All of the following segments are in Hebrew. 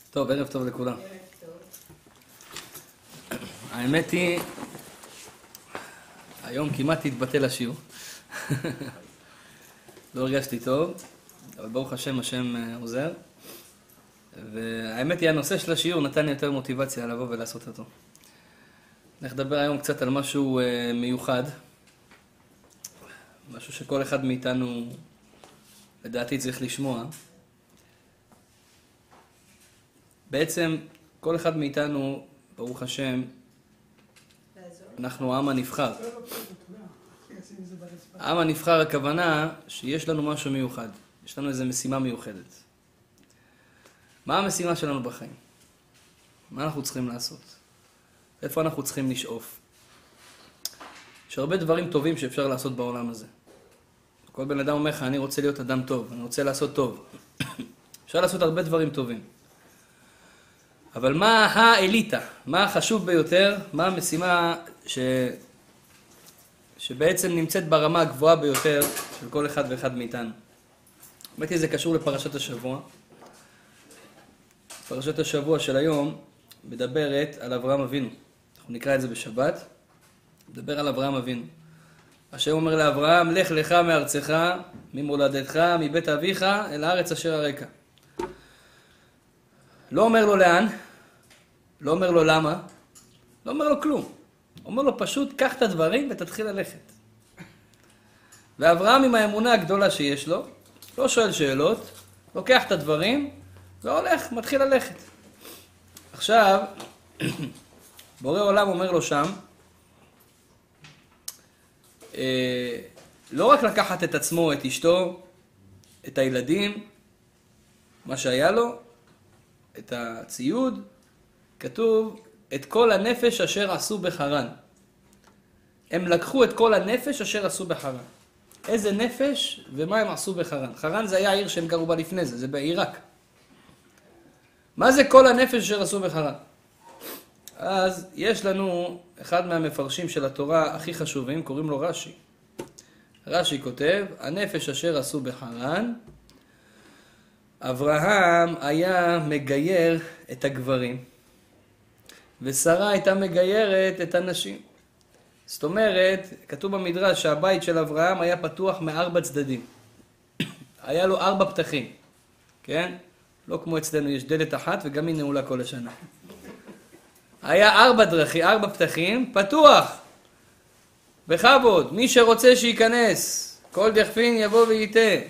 טוב, ערב טוב לכולם. ערב טוב. האמת היא, היום כמעט התבטל השיעור. לא הרגשתי טוב, אבל ברוך השם, השם עוזר. והאמת היא, הנושא של השיעור נתן לי יותר מוטיבציה לבוא ולעשות אותו. אני אדבר היום קצת על משהו מיוחד. משהו שכל אחד מאיתנו, לדעתי, צריך לשמוע. בעצם, כל אחד מאיתנו, ברוך השם, אנחנו העם הנבחר. העם הנבחר, הכוונה שיש לנו משהו מיוחד. יש לנו איזו משימה מיוחדת. מה המשימה שלנו בחיים? מה אנחנו צריכים לעשות? איפה אנחנו צריכים לשאוף? יש הרבה דברים טובים שאפשר לעשות בעולם הזה. כל בן אדם אומר לך, אני רוצה להיות אדם טוב, אני רוצה לעשות טוב. אפשר לעשות הרבה דברים טובים. אבל מה האליטה? מה החשוב ביותר? מה המשימה שבעצם נמצאת ברמה הגבוהה ביותר של כל אחד ואחד מאיתנו? האמת היא, זה קשור לפרשת השבוע. פרשת השבוע של היום מדברת על אברהם אבינו. אנחנו נקרא את זה בשבת. מדבר על אברהם אבינו. השם אומר לאברהם, לך לך מארצך, ממולדתך, מבית אביך, אל הארץ אשר אראך. לא אומר לו לאן, לא אומר לו למה, לא אומר לו כלום. אומר לו פשוט, קח את הדברים ותתחיל ללכת. ואברהם עם האמונה הגדולה שיש לו, לא שואל שאלות, לוקח את הדברים והולך, מתחיל ללכת. עכשיו, בורא עולם אומר לו שם, לא רק לקחת את עצמו, את אשתו, את הילדים, מה שהיה לו, את הציוד, כתוב, את כל הנפש אשר עשו בחרן. הם לקחו את כל הנפש אשר עשו בחרן. איזה נפש ומה הם עשו בחרן? חרן זה היה העיר שהם גרו בה לפני זה, זה בעיראק. מה זה כל הנפש אשר עשו בחרן? אז יש לנו אחד מהמפרשים של התורה הכי חשובים, קוראים לו רש"י. רש"י כותב, הנפש אשר עשו בחרן, אברהם היה מגייר את הגברים, ושרה הייתה מגיירת את הנשים. זאת אומרת, כתוב במדרש שהבית של אברהם היה פתוח מ4 צדדים. היה לו 4 פתחים, כן? לא כמו אצלנו, יש דלת אחת וגם היא נעולה כל השנה. היה 4 פתחים, פתוח. בכבוד, מי שרוצה שייכנס, כל דכפין יבוא וייתה.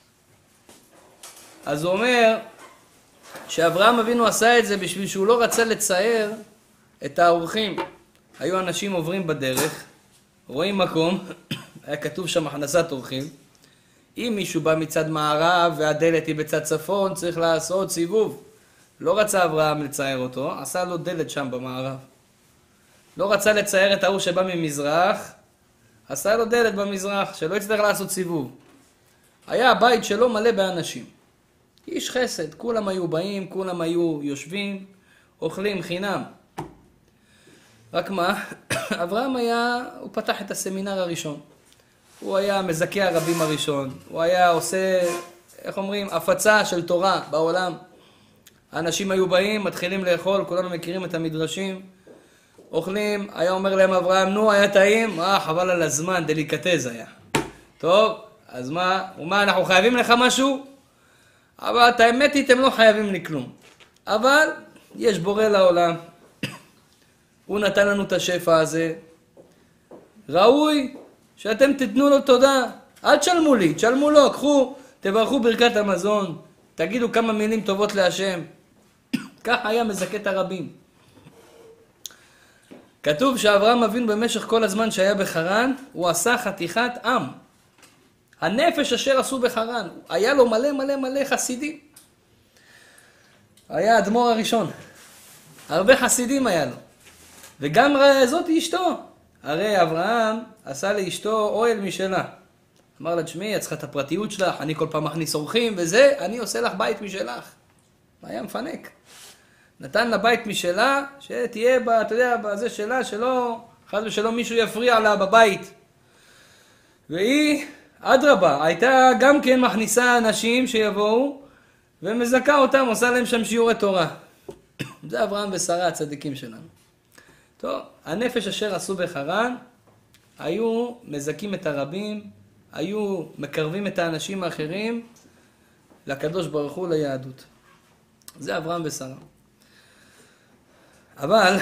אז הוא אומר שאברהם אבינו עשה את זה בשביל שהוא לא רצה לצייר את האורחים. היו אנשים עוברים בדרך, רואים מקום, היה כתוב שם הכנסת אורחים. אם מישהו בא מצד מערב והדלת היא בצד צפון, צריך לעשות סיבוב. לא רצה אברהם לצייר אותו, עשה לו דלת שם במערב. לא רצה לצייר את ההוא שבא ממזרח, עשה לו דלת במזרח, שלא יצטרך לעשות סיבוב. היה הבית שלו מלא באנשים. איש חסד, כולם היו באים, כולם היו יושבים, אוכלים חינם. רק מה, אברהם הוא פתח את הסמינר הראשון. הוא היה מזכה הרבים הראשון. הוא היה עושה, איך אומרים, הפצה של תורה בעולם. האנשים היו באים, מתחילים לאכול, כולנו מכירים את המדרשים. אוכלים, היה אומר להם אברהם, נו, היה טעים? חבל על הזמן, דליקטז היה. טוב, אז מה, אנחנו חייבים לך משהו? אבל את האמת היא, אתם לא חייבים לי כלום. אבל יש בורא לעולם. הוא נתן לנו את השפע הזה. ראוי שאתם תתנו לו תודה. אל תשלמו לי, תשלמו לו, קחו, תברכו ברכת המזון. תגידו כמה מילים טובות להשם. כך היה מזכת הרבים. כתוב שאברהם אבינו במשך כל הזמן שהיה בחרן, הוא עשה חתיכת עם. הנפש אשר עשו בחרן, היה לו מלא מלא מלא חסידים. היה האדמו"ר הראשון. הרבה חסידים היה לו. וגם זאת אשתו. הרי אברהם עשה לאשתו אוהל משלה. אמר לה, תשמעי, את צריכה את הפרטיות שלך, אני כל פעם מכניס אורחים וזה, אני עושה לך בית משלך. היה מפנק. נתן לה בית משלה, שתהיה אתה יודע, בזה שלה, שלא, חס ושלום מישהו יפריע לה בבית. והיא, אדרבה, הייתה גם כן מכניסה אנשים שיבואו, ומזכה אותם, עושה להם שם שיעורי תורה. זה אברהם ושרה הצדיקים שלנו. טוב, הנפש אשר עשו בחרן, היו מזכים את הרבים, היו מקרבים את האנשים האחרים לקדוש ברוך הוא ליהדות. זה אברהם ושרה. אבל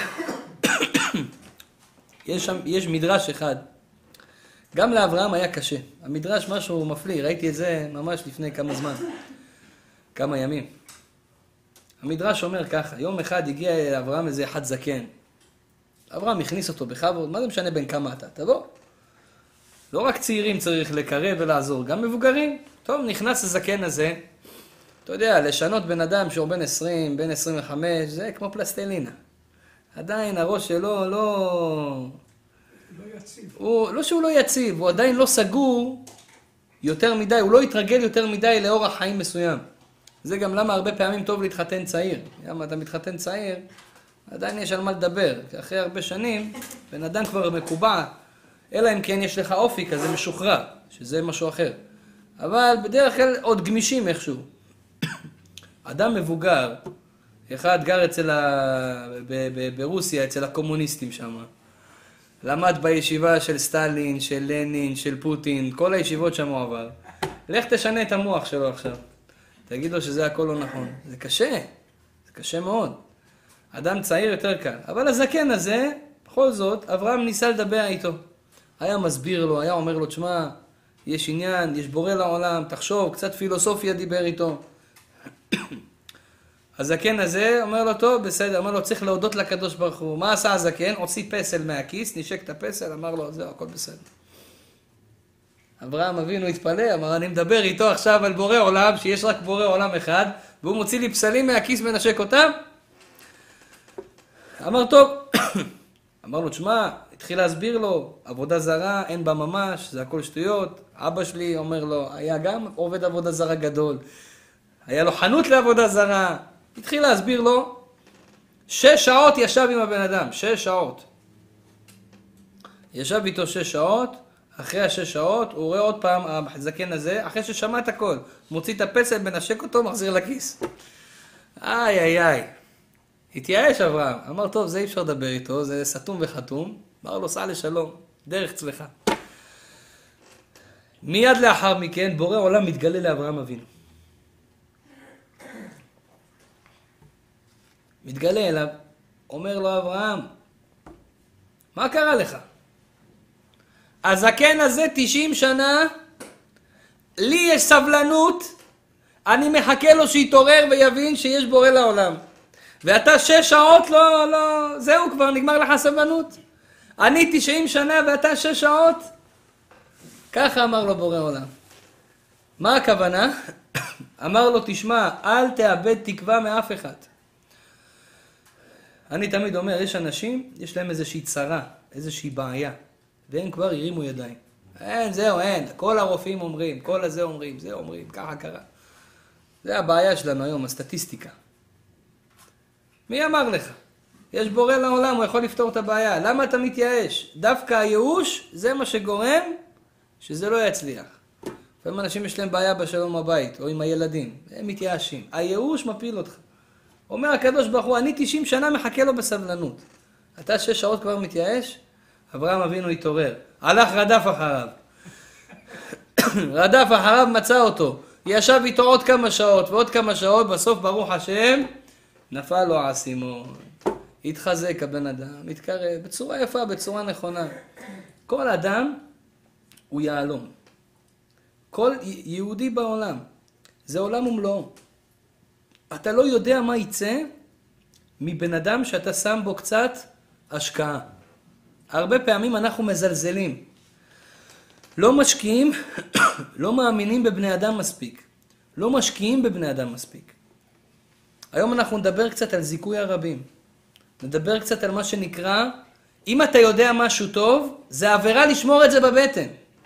יש מדרש אחד. גם לאברהם היה קשה. המדרש משהו מפליא, ראיתי את זה ממש לפני כמה זמן, כמה ימים. המדרש אומר ככה, יום אחד הגיע לאברהם איזה אחד זקן. אברהם הכניס אותו בכבוד, מה זה משנה בין כמה אתה? תבוא. לא רק צעירים צריך לקרב ולעזור, גם מבוגרים. טוב, נכנס הזקן הזה, אתה יודע, לשנות בן אדם שהוא בן 20, בן 25, זה כמו פלסטלינה. עדיין הראש שלו לא יציב. לא שהוא לא יציב, הוא עדיין לא סגור יותר מדי, הוא לא יתרגל יותר מדי לאורח חיים מסוים. זה גם למה הרבה פעמים טוב להתחתן צעיר. למה אתה מתחתן צעיר, עדיין יש על מה לדבר. כי אחרי הרבה שנים, בן אדם כבר מקובע, אלא אם כן יש לך אופי כזה משוחרר, שזה משהו אחר. אבל בדרך כלל עוד גמישים איכשהו. אדם מבוגר, אחד גר ברוסיה, אצל הקומוניסטים שם. למד בישיבה של סטלין, של לנין, של פוטין, כל הישיבות שם הוא עבר. לך תשנה את המוח שלו עכשיו. תגיד לו שזה הכל לא נכון. זה קשה, זה קשה מאוד. אדם צעיר יותר קל. אבל הזקן הזה, בכל זאת, אברהם ניסה לדבר איתו. היה מסביר לו, היה אומר לו, תשמע, יש עניין, יש בורא לעולם, תחשוב, קצת פילוסופיה דיבר איתו. הזקן הזה אומר לו, טוב, בסדר, אומר לו, צריך להודות לקדוש ברוך הוא. מה עשה הזקן? הוציא פסל מהכיס, נשק את הפסל, אמר לו, זהו, הכל בסדר. אברהם אבינו התפלא, אמר, אני מדבר איתו עכשיו על בורא עולם, שיש רק בורא עולם אחד, והוא מוציא לי פסלים מהכיס ונשק אותם. אמר, טוב. אמר לו, תשמע, התחיל להסביר לו, עבודה זרה, אין בה ממש, זה הכל שטויות. אבא שלי אומר לו, היה גם עובד עבודה זרה גדול. היה לו חנות לעבודה זרה. התחיל להסביר לו, 6 שעות ישב עם הבן אדם, 6 שעות. ישב איתו 6 שעות, אחרי ה6 שעות, הוא רואה עוד פעם, הזקן הזה, אחרי ששמע את הכל, מוציא את הפסל, מנשק אותו, מחזיר לכיס. איי, איי, איי. התייאש אברהם, אמר, טוב, זה אי אפשר לדבר איתו, זה סתום וחתום. אמר לו, סע לשלום, דרך צלחה. מיד לאחר מכן, בורא עולם מתגלה לאברהם אבינו. מתגלה אליו, אומר לו אברהם, מה קרה לך? הזקן הזה 90 שנה, לי יש סבלנות, אני מחכה לו שיתעורר ויבין שיש בורא לעולם. ואתה 6 שעות, לא, זהו, כבר נגמר לך סבלנות. אני 90 שנה ואתה 6 שעות? ככה אמר לו בורא עולם. מה הכוונה? אמר לו, תשמע, אל תאבד תקווה מאף אחד. אני תמיד אומר, יש אנשים, יש להם איזושהי צרה, איזושהי בעיה, והם כבר הרימו ידיים. אין, זהו, אין. כל הרופאים אומרים, כל הזה אומרים, זה אומרים, ככה קרה. זה הבעיה שלנו היום, הסטטיסטיקה. מי אמר לך? יש בורא לעולם, הוא יכול לפתור את הבעיה. למה אתה מתייאש? דווקא הייאוש, זה מה שגורם שזה לא יצליח. לפעמים אנשים יש להם בעיה בשלום הבית, או עם הילדים. הם מתייאשים. הייאוש מפיל אותך. אומר הקדוש ברוך הוא, אני 90 שנה מחכה לו בסבלנות. אתה 6 שעות כבר מתייאש? אברהם אבינו התעורר. הלך רדף אחריו. רדף אחריו, מצא אותו. ישב איתו עוד כמה שעות ועוד כמה שעות, בסוף ברוך השם, נפל לו האסימון. התחזק הבן אדם, התקרב, בצורה יפה, בצורה נכונה. כל אדם הוא יעלום. כל יהודי בעולם, זה עולם ומלואו. אתה לא יודע מה יצא מבן אדם שאתה שם בו קצת השקעה. הרבה פעמים אנחנו מזלזלים. לא משקיעים, לא מאמינים בבני אדם מספיק. לא משקיעים בבני אדם מספיק. היום אנחנו נדבר קצת על זיכוי הרבים. נדבר קצת על מה שנקרא, אם אתה יודע משהו טוב, זה עבירה לשמור את זה בבטן.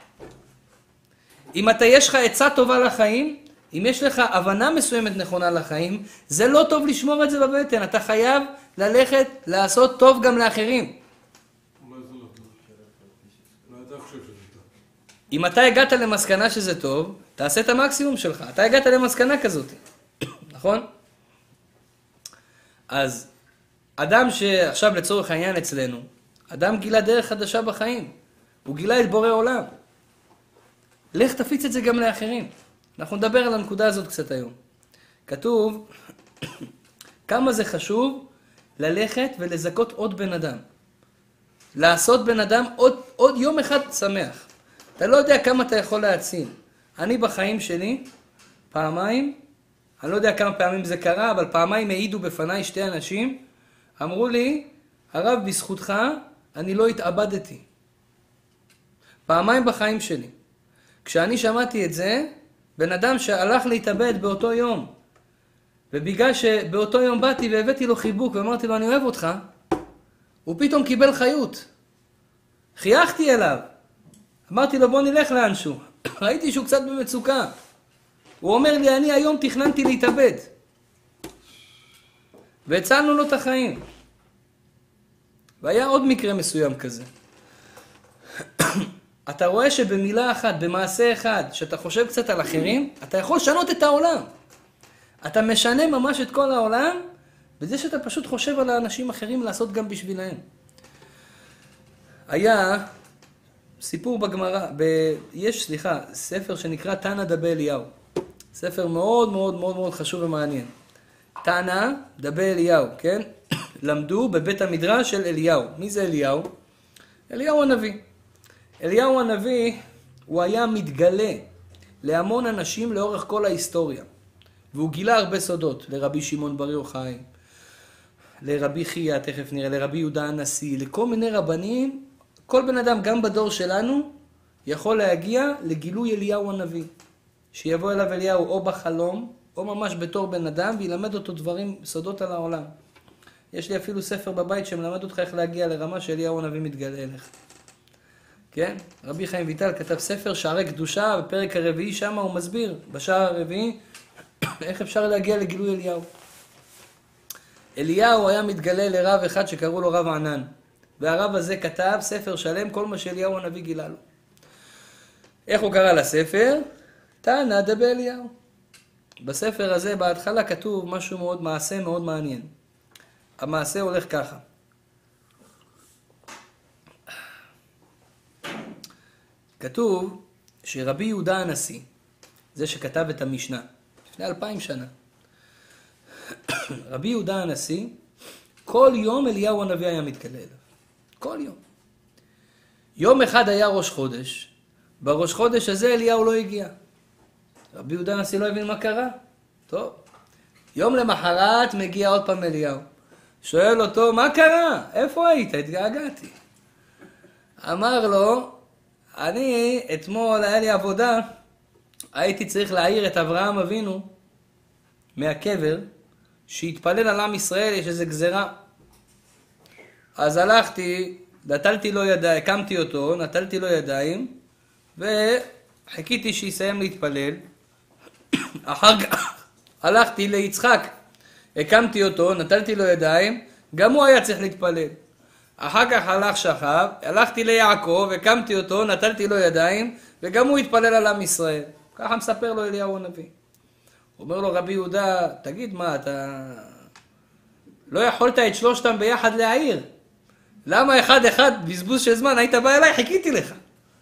אם יש לך עצה טובה לחיים, אם יש לך הבנה מסוימת נכונה לחיים, זה לא טוב לשמור את זה בבטן. אתה חייב ללכת לעשות טוב גם לאחרים. אולי זה לא טוב. אולי אתה חושב שזה טוב. אם אתה הגעת למסקנה שזה טוב, תעשה את המקסימום שלך. אתה הגעת למסקנה כזאת. נכון? אז אדם שעכשיו לצורך העניין אצלנו, אדם גילה דרך חדשה בחיים. הוא גילה את בורא עולם. לך תפיץ את זה גם לאחרים. אנחנו נדבר על הנקודה הזאת קצת היום. כתוב, כמה זה חשוב ללכת ולזכות עוד בן אדם. לעשות בן אדם עוד יום אחד שמח. אתה לא יודע כמה אתה יכול להציל. אני בחיים שלי, פעמיים, אני לא יודע כמה פעמים זה קרה, אבל פעמיים העידו בפניי שתי אנשים, אמרו לי, הרב, בזכותך אני לא התאבדתי. פעמיים בחיים שלי. כשאני שמעתי את זה, בן אדם שהלך להתאבד באותו יום, ובגלל שבאותו יום באתי והבאתי לו חיבוק ואמרתי לו אני אוהב אותך, הוא פתאום קיבל חיות. חייכתי אליו. אמרתי לו בוא נלך לאנשהו. ראיתי שהוא קצת במצוקה. הוא אומר לי אני היום תכננתי להתאבד. והצלנו לו את החיים. והיה עוד מקרה מסוים כזה. אתה רואה שבמילה אחת, במעשה אחד, שאתה חושב קצת על אחרים, אתה יכול לשנות את העולם. אתה משנה ממש את כל העולם, בזה שאתה פשוט חושב על האנשים אחרים לעשות גם בשבילהם. היה סיפור בגמרא, יש ספר שנקרא תנא דבי אליהו. ספר מאוד מאוד מאוד מאוד חשוב ומעניין. תנא דבי אליהו, כן? למדו בבית המדרש של אליהו. מי זה אליהו? אליהו הנביא. אליהו הנביא הוא היה מתגלה להמון אנשים לאורך כל ההיסטוריה. והוא גילה הרבה סודות, לרבי שמעון בר יוחאי, לרבי חייא, תכף נראה, לרבי יהודה הנשיא, לכל מיני רבנים. כל בן אדם, גם בדור שלנו, יכול להגיע לגילוי אליהו הנביא. שיבוא אליו אליהו או בחלום, או ממש בתור בן אדם, וילמד אותו דברים, סודות על העולם. יש לי אפילו ספר בבית שמלמד אותך איך להגיע לרמה שאליהו הנביא מתגלה אליך. כן? רבי חיים ויטל כתב ספר שערי קדושה, בפרק הרביעי שם הוא מסביר, בשער הרביעי, איך אפשר להגיע לגילוי אליהו. אליהו היה מתגלה לרב אחד שקראו לו רב ענן. והרב הזה כתב ספר שלם, כל מה שאליהו הנביא גילה לו. איך הוא קרא לספר? תנא דבי אליהו. בספר הזה בהתחלה כתוב משהו מאוד, מעשה מאוד מעניין. המעשה הולך ככה. כתוב שרבי יהודה הנשיא, זה שכתב את המשנה, לפני 2000 שנה, רבי יהודה הנשיא, כל יום אליהו הנביא היה מתגלה אליו. כל יום. יום אחד היה ראש חודש, בראש חודש הזה אליהו לא הגיע. רבי יהודה הנשיא לא הבין מה קרה. טוב. יום למחרת מגיע עוד פעם אליהו. שואל אותו, מה קרה? איפה היית? התגעגעתי. אמר לו, אני אתמול היה לי עבודה, הייתי צריך להעיר את אברהם אבינו מהקבר, שהתפלל על עם ישראל, יש איזו גזרה. אז הלכתי, נטלתי לו ידיים, הקמתי אותו, נטלתי לו ידיים, וחיכיתי שיסיים להתפלל. אחר כך הלכתי ליצחק, הקמתי אותו, נטלתי לו ידיים, גם הוא היה צריך להתפלל. אחר כך הלך שכב, הלכתי ליעקב, הקמתי אותו, נטלתי לו ידיים, וגם הוא התפלל על עם ישראל. ככה מספר לו אליהו הנביא. אומר לו רבי יהודה, תגיד מה, אתה לא יכולת את שלושתם ביחד להעיר? למה אחד בזבוז של זמן, היית בא אליי, חיכיתי לך.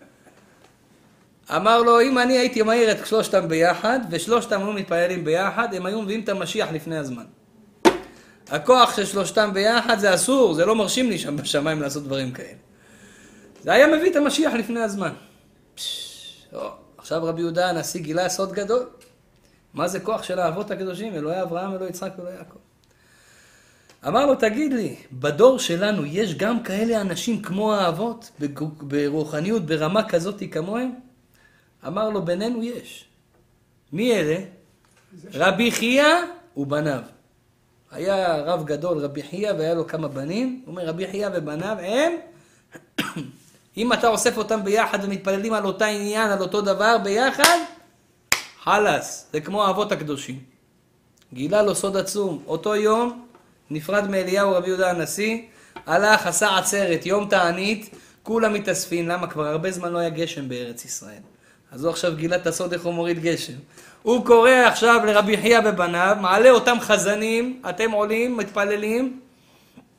אמר לו, אם אני הייתי מעיר את שלושתם ביחד, ושלושתם היו מתפללים ביחד, הם היו מביאים את המשיח לפני הזמן. הכוח של שלושתם ביחד זה אסור, זה לא מרשים לי שם בשמיים לעשות דברים כאלה. זה היה מביא את המשיח לפני הזמן. עכשיו רבי יהודה הנשיא גילה סוד גדול. מה זה כוח של האבות הקדושים? אלוהי אברהם, אלוהי יצחק ואלוהי יעקב. אמר לו, תגיד לי, בדור שלנו יש גם כאלה אנשים כמו האבות, ברוחניות, ברמה כזאת כמוהם? אמר לו, בינינו יש. מי אלה? רבי חייא ובניו. היה רב גדול, רבי חייא, והיה לו כמה בנים. הוא אומר, רבי חייא ובניו הם, אם אתה אוסף אותם ביחד ומתפללים על אותה עניין, על אותו דבר ביחד, חלס, זה כמו האבות הקדושים. גילה לו סוד עצום. אותו יום נפרד מאליהו רבי יהודה הנשיא, הלך, עשה עצרת, יום תענית, כולם מתאספים. למה? כבר הרבה זמן לא היה גשם בארץ ישראל. אז הוא עכשיו גילה את הסוד איך הוא מוריד גשם. הוא קורא עכשיו לרבי חייא ובניו, מעלה אותם חזנים, אתם עולים, מתפללים,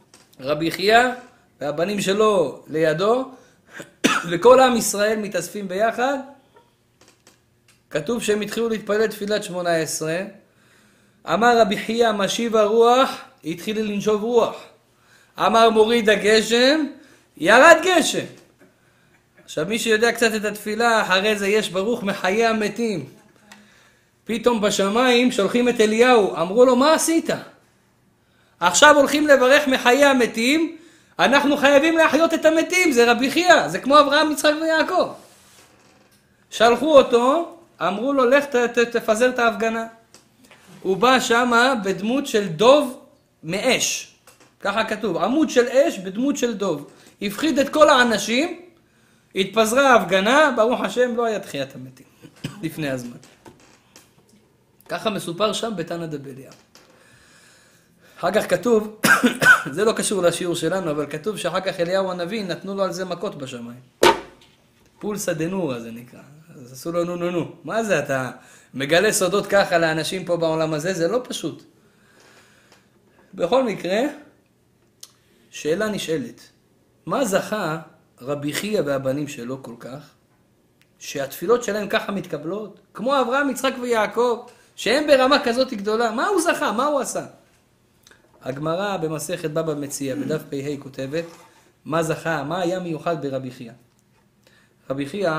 רבי חייא והבנים שלו לידו, וכל עם ישראל מתאספים ביחד. כתוב שהם התחילו להתפלל תפילת 18. אמר רבי חייא משיב הרוח, התחיל לנשוב רוח. אמר מוריד הגשם, ירד גשם. עכשיו מי שיודע קצת את התפילה, אחרי זה יש ברוך מחיי המתים. פתאום בשמיים שולחים את אליהו, אמרו לו מה עשית? עכשיו הולכים לברך מחיי המתים, אנחנו חייבים להחיות את המתים, זה רבי חייא, זה כמו אברהם, יצחק ויעקב. שלחו אותו, אמרו לו לך תפזר את ההפגנה. הוא בא שמה בדמות של דוב מאש, ככה כתוב, עמוד של אש בדמות של דוב. הפחיד את כל האנשים, התפזרה ההפגנה, ברוך השם לא היה תחיית המתים, לפני הזמן. ככה מסופר שם בתנא דבליעל. אחר כך כתוב, זה לא קשור לשיעור שלנו, אבל כתוב שאחר כך אליהו הנביא נתנו לו על זה מכות בשמיים. פולסא דנורא זה נקרא. אז עשו לו נו. מה זה אתה מגלה סודות ככה לאנשים פה בעולם הזה? זה לא פשוט. בכל מקרה, שאלה נשאלת. מה זכה רבי חייא והבנים שלו כל כך, שהתפילות שלהם ככה מתקבלות? כמו אברהם, יצחק ויעקב, שהם ברמה כזאת גדולה. מה הוא זכה? מה הוא עשה? הגמרא במסכת בבא מציעא בדף פ"ה כותבת, מה זכה, מה היה מיוחד ברבי חייא? רבי חייא,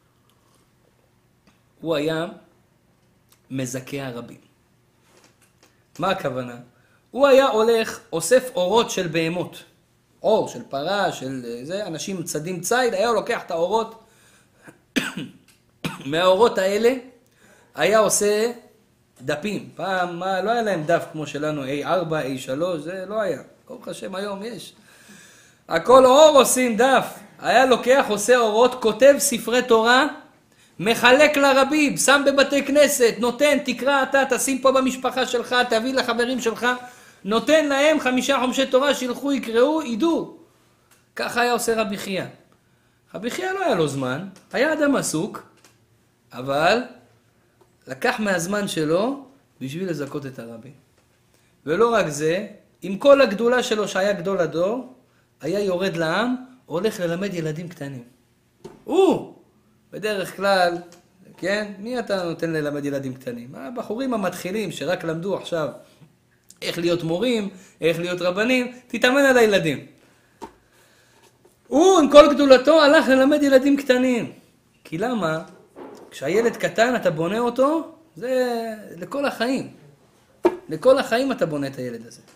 הוא היה מזכה הרבים. מה הכוונה? הוא היה הולך, אוסף אורות של בהמות. אור של פרה, של זה, אנשים צדים ציד, היה לוקח את האורות. מהאורות האלה היה עושה דפים. פעם לא היה להם דף כמו שלנו, A4, A3, זה לא היה. ברוך השם היום יש. הכל אור עושים דף. היה לוקח, עושה אורות, כותב ספרי תורה, מחלק לרבים, שם בבתי כנסת, נותן, תקרא אתה, תשים פה במשפחה שלך, תביא לחברים שלך, נותן להם 5 חומשי תורה, שילכו, יקראו, ידעו. ככה היה עושה רבי חייא. רבי חייא לא היה לו זמן, היה אדם עסוק, אבל לקח מהזמן שלו בשביל לזכות את הרבי. ולא רק זה, עם כל הגדולה שלו שהיה גדול הדור, היה יורד לעם, הולך ללמד ילדים קטנים. בדרך כלל, כן, מי אתה נותן ללמד ילדים קטנים? הבחורים המתחילים שרק למדו עכשיו איך להיות מורים, איך להיות רבנים, תתאמן על הילדים. הוא עם כל גדולתו הלך ללמד ילדים קטנים. כי למה? כשהילד קטן אתה בונה אותו, זה לכל החיים. לכל החיים אתה בונה את הילד הזה.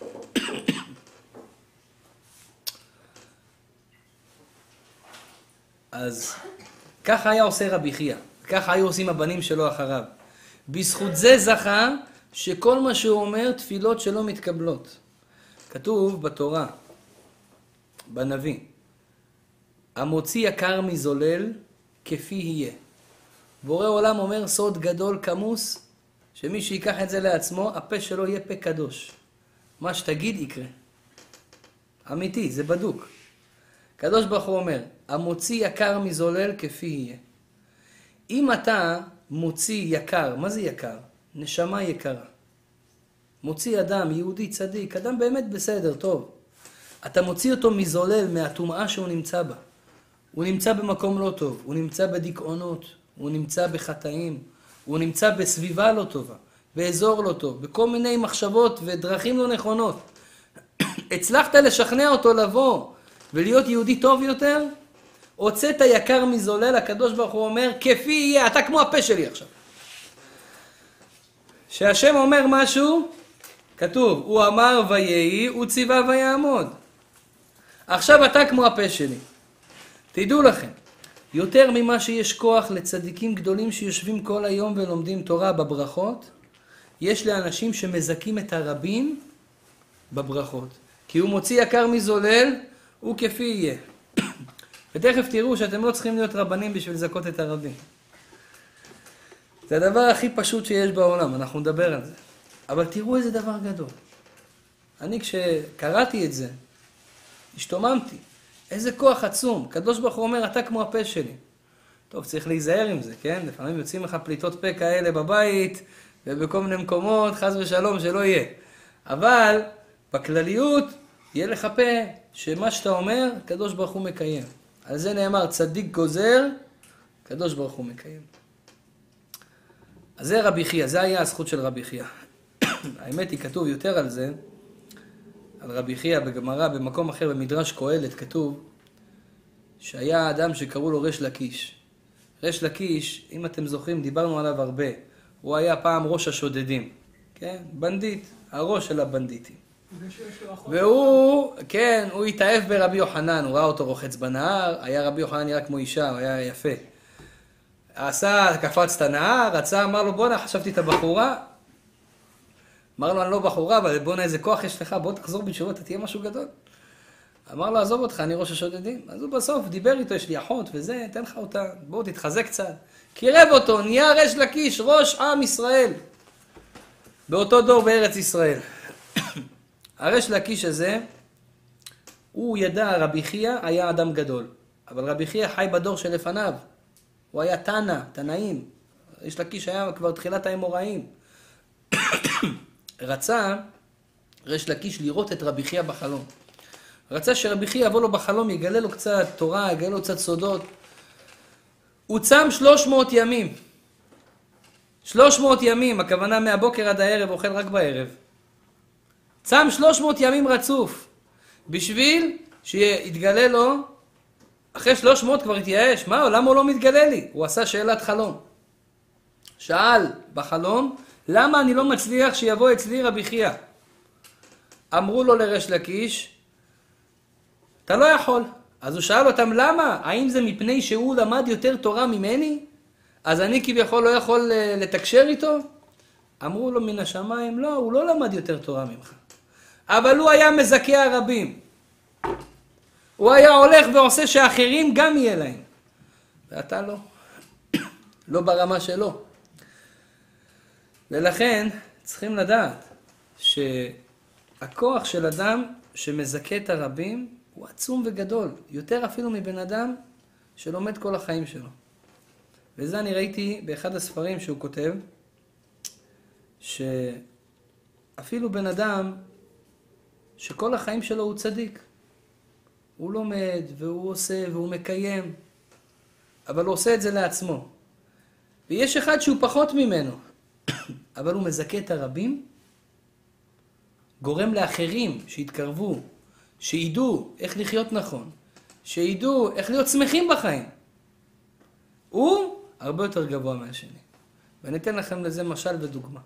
אז ככה היה עושה רבי חייא, ככה היו עושים הבנים שלו אחריו. בזכות זה זכה שכל מה שהוא אומר תפילות שלו מתקבלות. כתוב בתורה, בנביא, המוציא יקר מזולל כפי יהיה. בורא עולם אומר סוד גדול כמוס, שמי שיקח את זה לעצמו, הפה שלו יהיה פה קדוש. מה שתגיד יקרה. אמיתי, זה בדוק. קדוש ברוך הוא אומר, המוציא יקר מזולל כפי יהיה. אם אתה מוציא יקר, מה זה יקר? נשמה יקרה. מוציא אדם, יהודי צדיק, אדם באמת בסדר, טוב. אתה מוציא אותו מזולל, מהטומאה שהוא נמצא בה. הוא נמצא במקום לא טוב, הוא נמצא בדיכאונות, הוא נמצא בחטאים, הוא נמצא בסביבה לא טובה, באזור לא טוב, בכל מיני מחשבות ודרכים לא נכונות. הצלחת לשכנע אותו לבוא ולהיות יהודי טוב יותר, הוצאת יקר מזולל, הקדוש ברוך הוא אומר, כפי יהיה, אתה כמו הפה שלי עכשיו. שהשם אומר משהו, כתוב, הוא אמר ויהי, הוא ציווה ויעמוד. עכשיו אתה כמו הפה שלי. תדעו לכם, יותר ממה שיש כוח לצדיקים גדולים שיושבים כל היום ולומדים תורה בברכות, יש לאנשים שמזכים את הרבים בברכות. כי הוא מוציא יקר מזולל, הוא כפי יהיה. ותכף תראו שאתם לא צריכים להיות רבנים בשביל לזכות את הרבים. זה הדבר הכי פשוט שיש בעולם, אנחנו נדבר על זה. אבל תראו איזה דבר גדול. אני כשקראתי את זה, השתוממתי. איזה כוח עצום. קדוש ברוך הוא אומר, אתה כמו הפה שלי. טוב, צריך להיזהר עם זה, כן? לפעמים יוצאים לך פליטות פה כאלה בבית, ובכל מיני מקומות, חס ושלום, שלא יהיה. אבל בכלליות, יהיה לך פה שמה שאתה אומר, קדוש ברוך הוא מקיים. על זה נאמר, צדיק גוזר, קדוש ברוך הוא מקיים. אז זה רבי חייא, זה היה הזכות של רבי חייא. האמת היא, כתוב יותר על זה, על רבי חייא בגמרא, במקום אחר, במדרש קהלת, כתוב שהיה אדם שקראו לו ריש לקיש. ריש לקיש, אם אתם זוכרים, דיברנו עליו הרבה. הוא היה פעם ראש השודדים, כן? בנדיט, הראש של הבנדיטים. והוא, כן, הוא התאהב ברבי יוחנן, הוא ראה אותו רוחץ בנהר, היה רבי יוחנן נראה כמו אישה, הוא היה יפה. קפץ את הנהר, רצה, אמר לו, בוא'נה, חשבתי את הבחורה. אמר לו, אני לא בחורה, אבל בוא'נה, איזה כוח יש לך, בוא תחזור בתשובה, אתה תהיה משהו גדול. אמר לו, עזוב אותך, אני ראש השודדים. אז הוא בסוף דיבר איתו, יש לי אחות וזה, תן לך אותה, בואו תתחזק קצת. קירב אותו, נהיה ריש לקיש, ראש עם ישראל. באותו דור בארץ ישראל. הריש לקיש הזה, הוא ידע, רבי חייא היה אדם גדול. אבל רבי חייא חי בדור שלפניו. הוא היה תנאים. ריש לקיש היה כבר תחילת האמוראים. רצה ריש לקיש לראות את רבי חייא בחלום. רצה שרבי חייא יבוא לו בחלום, יגלה לו קצת תורה, יגלה לו קצת סודות. הוא צם 300 ימים. 300 ימים, הכוונה מהבוקר עד הערב, אוכל רק בערב. צם 300 ימים רצוף. בשביל שיתגלה לו, אחרי 300 כבר התייאש. מה, למה הוא לא מתגלה לי? הוא עשה שאלת חלום. שאל בחלום, למה אני לא מצליח שיבוא אצלי רבי חייא? אמרו לו לריש לקיש, אתה לא יכול. אז הוא שאל אותם, למה? האם זה מפני שהוא למד יותר תורה ממני? אז אני כביכול לא יכול לתקשר איתו? אמרו לו מן השמיים, לא, הוא לא למד יותר תורה ממך. אבל הוא היה מזכה הרבים. הוא היה הולך ועושה שאחרים גם יהיה להם. ואתה לא. לא ברמה שלו. ולכן צריכים לדעת שהכוח של אדם שמזכה את הרבים הוא עצום וגדול. יותר אפילו מבן אדם שלומד כל החיים שלו. וזה אני ראיתי באחד הספרים שהוא כותב, שאפילו בן אדם שכל החיים שלו הוא צדיק. הוא לומד והוא עושה והוא מקיים, אבל הוא עושה את זה לעצמו. ויש אחד שהוא פחות ממנו, אבל הוא מזכה את הרבים, גורם לאחרים שיתקרבו, שידעו איך לחיות נכון, שידעו איך להיות שמחים בחיים. הוא הרבה יותר גבוה מהשני. ואני אתן לכם לזה משל ודוגמה.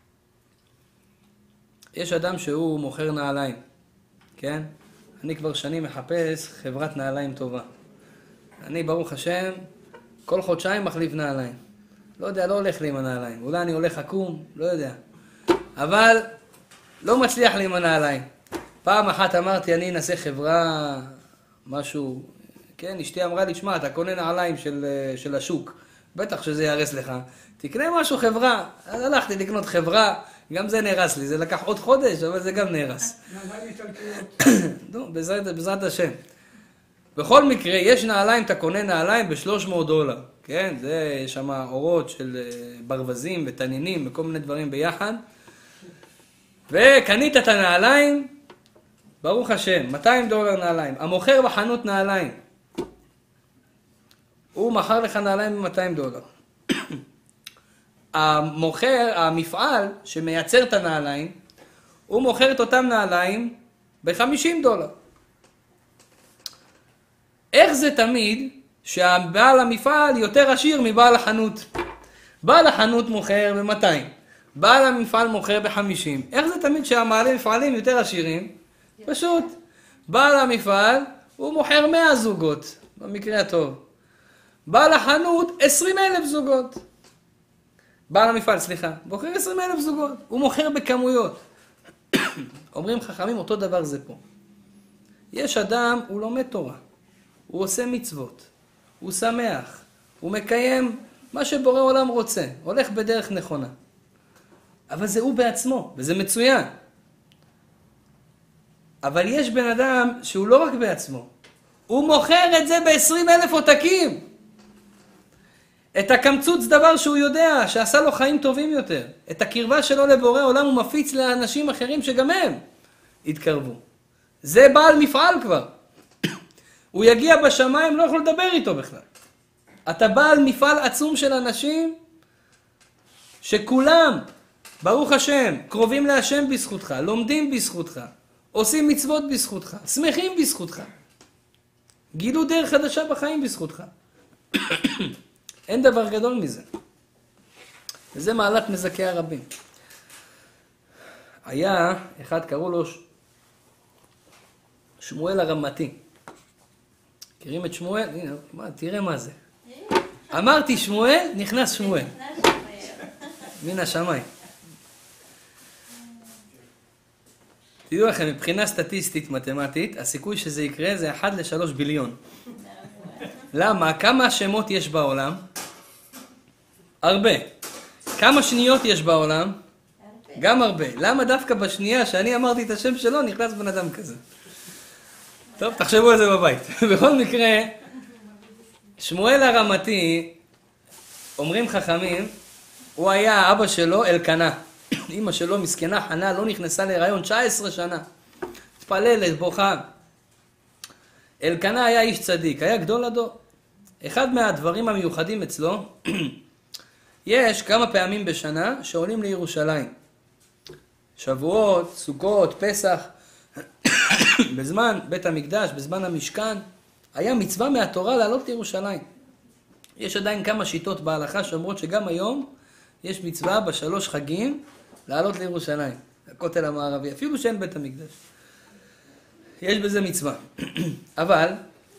יש אדם שהוא מוכר נעליים, כן? אני כבר שנים מחפש חברת נעליים טובה. אני, ברוך השם, כל חודשיים מחליף נעליים. לא יודע, לא הולך לי עם הנעליים. אולי אני הולך עקום, לא יודע. אבל לא מצליח לי עם הנעליים. פעם אחת אמרתי, אני אנסה חברה, משהו, כן? אשתי אמרה לי, שמע, אתה קונה נעליים של השוק. בטח שזה ירס לך. תקנה משהו חברה. אז הלכתי לקנות חברה. גם זה נהרס לי. זה לקח עוד חודש, אבל זה גם נהרס. בעזרת השם. בכל מקרה, יש נעליים, אתה קונה נעליים $300. כן? זה, יש שם אורות של ברווזים ותנינים וכל מיני דברים ביחד. וקנית את הנעליים, ברוך השם, $200 נעליים. המוכר בחנות נעליים. הוא מכר לך נעליים $200. המוכר, המפעל שמייצר את הנעליים, הוא מוכר את אותם נעליים $50. איך זה תמיד שהבעל המפעל יותר עשיר מבעל החנות? בעל החנות מוכר ב-200, בעל המפעל מוכר ב-50. איך זה תמיד שהמעלים מפעלים יותר עשירים? פשוט, בעל המפעל הוא מוכר 100 זוגות, במקרה הטוב. בעל החנות 20,000 זוגות. בעל המפעל, סליחה, מוכר 20,000 זוגות. הוא מוכר בכמויות. אומרים חכמים, אותו דבר זה פה. יש אדם, הוא לומד תורה. הוא עושה מצוות. הוא שמח. הוא מקיים מה שבורא עולם רוצה. הולך בדרך נכונה. אבל זה הוא בעצמו, וזה מצוין. אבל יש בן אדם שהוא לא רק בעצמו. הוא מוכר את זה ב-20,000 עותקים. את הקמצוץ דבר שהוא יודע, שעשה לו חיים טובים יותר. את הקרבה שלו לבורא עולם הוא מפיץ לאנשים אחרים שגם הם התקרבו. זה בעל מפעל כבר. הוא יגיע בשמיים, לא יכול לדבר איתו בכלל. אתה בעל מפעל עצום של אנשים, שכולם, ברוך השם, קרובים להשם בזכותך, לומדים בזכותך, עושים מצוות בזכותך, שמחים בזכותך. גילו דרך חדשה בחיים בזכותך. אין דבר גדול מזה. וזה מעלת מזכי הרבים. היה אחד, קראו לו שמואל הרמתי. מכירים את שמואל? הנה, תראה מה זה. אמרתי שמואל, נכנס שמואל. מן השמיים. תדעו לכם, מבחינה סטטיסטית מתמטית, הסיכוי שזה יקרה זה 1 ל-3 ביליון. למה? כמה שמות יש בעולם? הרבה. כמה שניות יש בעולם? גם הרבה. למה דווקא בשנייה שאני אמרתי את השם שלו נכנס בן אדם כזה? טוב, תחשבו על זה בבית. בכל מקרה, שמואל הרמתי, אומרים חכמים, הוא היה אבא שלו אלקנה. אמא שלו מסכנה חנה, לא נכנסה להיריון 19 שנה. התפללת, בוכה. אלקנה היה איש צדיק, היה גדול הדור. אחד מהדברים המיוחדים אצלו, יש כמה פעמים בשנה שעולים לירושלים. שבועות, סוכות, פסח. בזמן בית המקדש, בזמן המשכן, היה מצווה מהתורה לעלות לירושלים. יש עדיין כמה שיטות בהלכה שאומרות שגם היום יש מצווה בשלוש חגים לעלות לירושלים, לכותל המערבי, אפילו שאין בית המקדש. יש בזה מצווה. אבל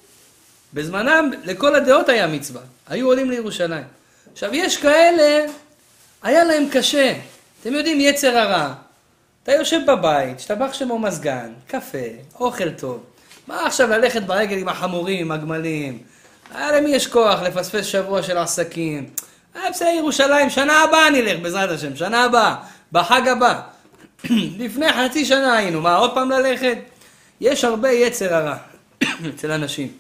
בזמנם לכל הדעות היה מצווה, היו עולים לירושלים. עכשיו יש כאלה, היה להם קשה. אתם יודעים, יצר הרע. אתה יושב בבית, שטבח שמו מזגן, קפה, אוכל טוב. מה עכשיו ללכת ברגל עם החמורים, עם הגמלים? למי יש כוח לפספס שבוע של עסקים? בסדר, ירושלים, שנה הבאה נלך בעזרת השם, שנה הבאה, בחג הבא. לפני חצי שנה היינו, מה עוד פעם ללכת? יש הרבה יצר הרע אצל אנשים.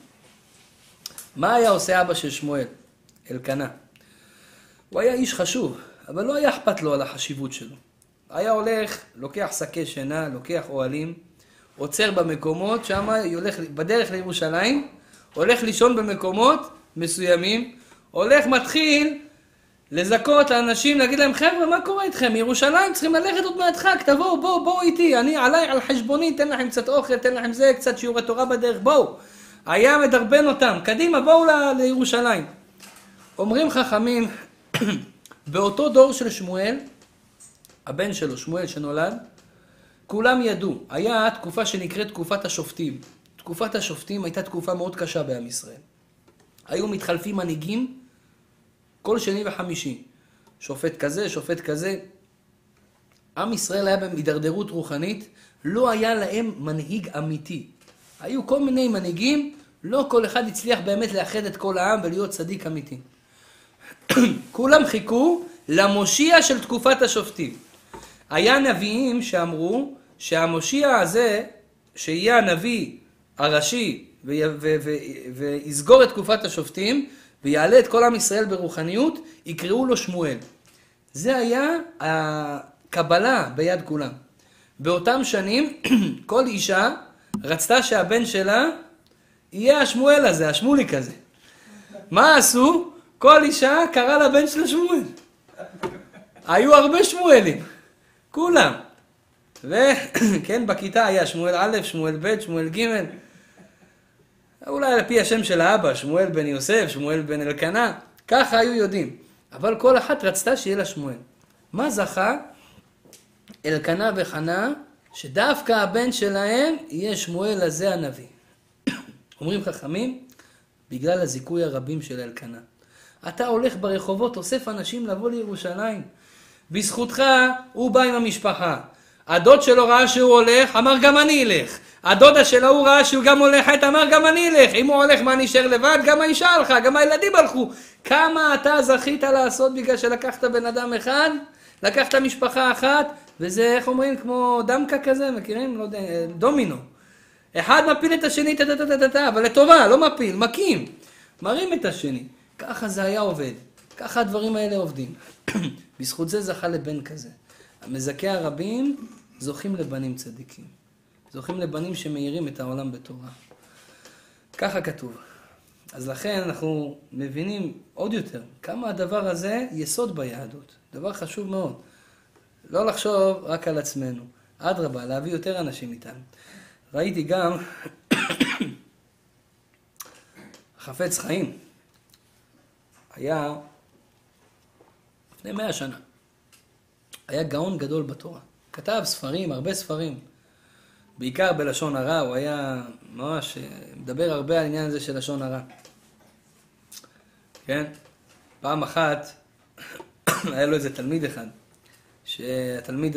מה היה עושה אבא של שמואל? אלקנה. הוא היה איש חשוב, אבל לא היה אכפת לו על החשיבות שלו. היה הולך, לוקח שקי שינה, לוקח אוהלים, עוצר במקומות, שם הולך בדרך לירושלים, הולך לישון במקומות מסוימים, הולך מתחיל לזכות לאנשים, להגיד להם, חבר'ה, מה קורה איתכם? ירושלים צריכים ללכת עוד מהדחק, תבואו, בואו איתי, אני עליי על חשבוני, תן לכם קצת אוכל, תן לכם זה, קצת שיעורי תורה בדרך, בואו. היה מדרבן אותם, קדימה, בואו לירושלים. אומרים חכמים, באותו דור של שמואל, הבן שלו, שמואל שנולד, כולם ידעו, היה תקופה שנקראת תקופת השופטים. תקופת השופטים הייתה תקופה מאוד קשה בעם ישראל. היו מתחלפים מנהיגים כל שני וחמישי. שופט כזה, שופט כזה. עם ישראל היה בהידרדרות רוחנית, לא היה להם מנהיג אמיתי. היו כל מיני מנהיגים, לא כל אחד הצליח באמת לאחד את כל העם ולהיות צדיק אמיתי. כולם חיכו למושיע של תקופת השופטים. היה נביאים שאמרו שהמושיע הזה, שיהיה הנביא הראשי ויסגור את תקופת השופטים ויעלה את כל עם ישראל ברוחניות, יקראו לו שמואל. זה היה הקבלה ביד כולם. באותם שנים כל אישה רצתה שהבן שלה יהיה השמואל הזה, השמוליק הזה. מה עשו? כל אישה קרא לבן שלה שמואל. היו הרבה שמואלים, כולם. וכן, בכיתה היה שמואל א', שמואל ב', שמואל ג'. אולי על פי השם של האבא, שמואל בן יוסף, שמואל בן אלקנה. ככה היו יודעים. אבל כל אחת רצתה שיהיה לה שמואל. מה זכה? אלקנה וחנה, שדווקא הבן שלהם יהיה שמואל הזה הנביא. אומרים חכמים, בגלל הזיכוי הרבים של אלקנה. אתה הולך ברחובות, אוסף אנשים לבוא לירושלים. בזכותך הוא בא עם המשפחה. הדוד שלו ראה שהוא הולך, אמר גם אני אלך. הדודה שלו הוא ראה שהוא גם הולכת, אמר גם אני אלך. אם הוא הולך מה נשאר לבד, גם האישה הלכה, גם הילדים הלכו. כמה אתה זכית לעשות בגלל שלקחת בן אדם אחד, לקחת משפחה אחת, וזה איך אומרים כמו דמקה כזה, מכירים? לא יודע, דומינו. אחד מפיל את השני, אבל לטובה, לא מפיל, מקים. מרים את השני. ככה זה היה עובד. ככה הדברים האלה עובדים. בזכות זה זכה לבן כזה. המזכי הרבים זוכים לבנים צדיקים. זוכים לבנים שמאירים את העולם בתורה. ככה כתוב. אז לכן אנחנו מבינים עוד יותר כמה הדבר הזה יסוד ביהדות. דבר חשוב מאוד. לא לחשוב רק על עצמנו. אדרבה, להביא יותר אנשים איתנו. ראיתי גם חפץ חיים. היה לפני 100 שנה. היה גאון גדול בתורה. כתב ספרים, הרבה ספרים. בעיקר בלשון הרע, הוא היה ממש מדבר הרבה על העניין הזה של לשון הרע. כן? פעם אחת היה לו איזה תלמיד אחד, שהתלמיד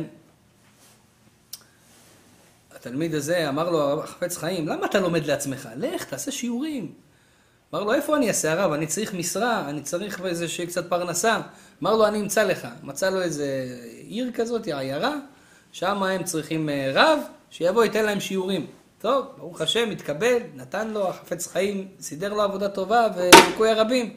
הזה אמר לו, חפץ חיים, למה אתה לומד לעצמך? לך, תעשה שיעורים. אמר לו, איפה אני אעשה הרב? אני צריך משרה, אני צריך איזה קצת פרנסה. אמר לו, אני אמצא לך. מצא לו איזה עיר כזאת, עיירה, שם הם צריכים רב, שיבוא ייתן להם שיעורים. טוב, ברוך השם, התקבל, נתן לו, החפץ חיים, סידר לו עבודה טובה וריקוי הרבים.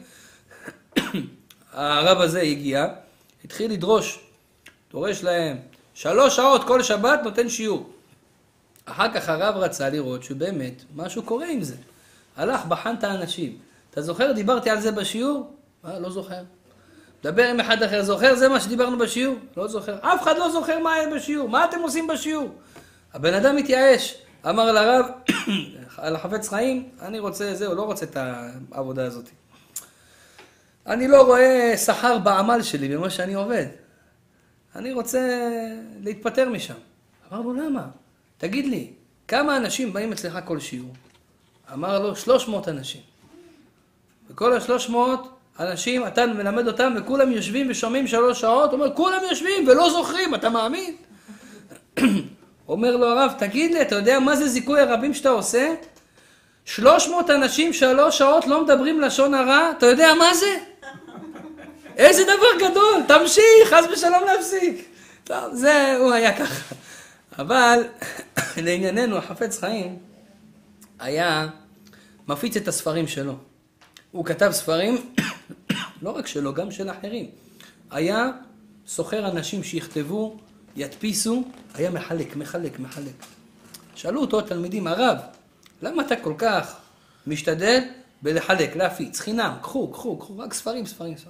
הרב הזה הגיע, התחיל לדרוש, דורש להם 3 שעות כל שבת נותן שיעור. אחר כך הרב רצה לראות שבאמת משהו קורה עם זה. הלך, בחן את האנשים. אתה זוכר, דיברתי על זה בשיעור? לא זוכר. דבר עם אחד אחר, זוכר? זה מה שדיברנו בשיעור? לא זוכר. אף אחד לא זוכר מה היה בשיעור. מה אתם עושים בשיעור? הבן אדם התייאש. אמר לרב, על החפץ חיים, אני רוצה זה, הוא לא רוצה את העבודה הזאת. אני לא רואה שכר בעמל שלי במה שאני עובד. אני רוצה להתפטר משם. אמר לו, למה? תגיד לי, כמה אנשים באים אצלך כל שיעור? אמר לו, 300 אנשים. וכל ה-300 אנשים, אתה מלמד אותם וכולם יושבים ושומעים 3 שעות, הוא אומר, כולם יושבים ולא זוכרים, אתה מאמין? אומר לו הרב, תגיד לי, אתה יודע מה זה זיכוי הרבים שאתה עושה? 300 אנשים 3 שעות לא מדברים לשון הרע, אתה יודע מה זה? איזה דבר גדול, תמשיך, חס ושלום להפסיק. טוב, זה, הוא היה ככה. אבל לענייננו, החפץ חיים היה מפיץ את הספרים שלו. הוא כתב ספרים, לא רק שלו, גם של אחרים. היה סוחר אנשים שיכתבו, ידפיסו, היה מחלק. שאלו אותו התלמידים, הרב, למה אתה כל כך משתדל בלחלק, להפיץ, חינם, קחו, רק ספרים.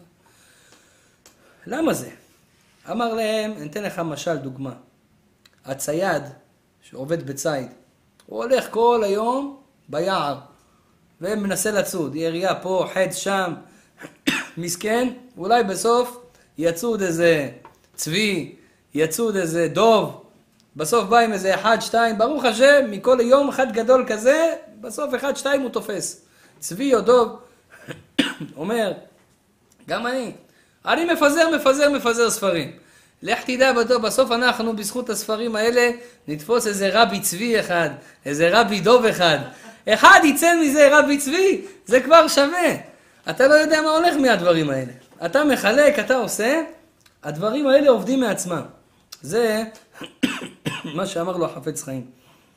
למה זה? אמר להם, אני אתן לך משל, דוגמה. הצייד שעובד בצייד, הוא הולך כל היום ביער, ומנסה לצוד, ירייה פה, חץ שם, מסכן, ואולי בסוף יצוד איזה צבי, יצוד איזה דוב, בסוף בא עם איזה 1-2, ברוך השם, מכל יום אחד גדול כזה, בסוף 1-2 הוא תופס. צבי או דוב, אומר, גם אני מפזר ספרים. לך תדע בסוף אנחנו בזכות הספרים האלה נתפוס איזה רבי צבי אחד, איזה רבי דוב אחד יצא מזה רבי צבי, זה כבר שווה. אתה לא יודע מה הולך מהדברים האלה. אתה מחלק, אתה עושה, הדברים האלה עובדים מעצמם. זה מה שאמר לו החפץ חיים.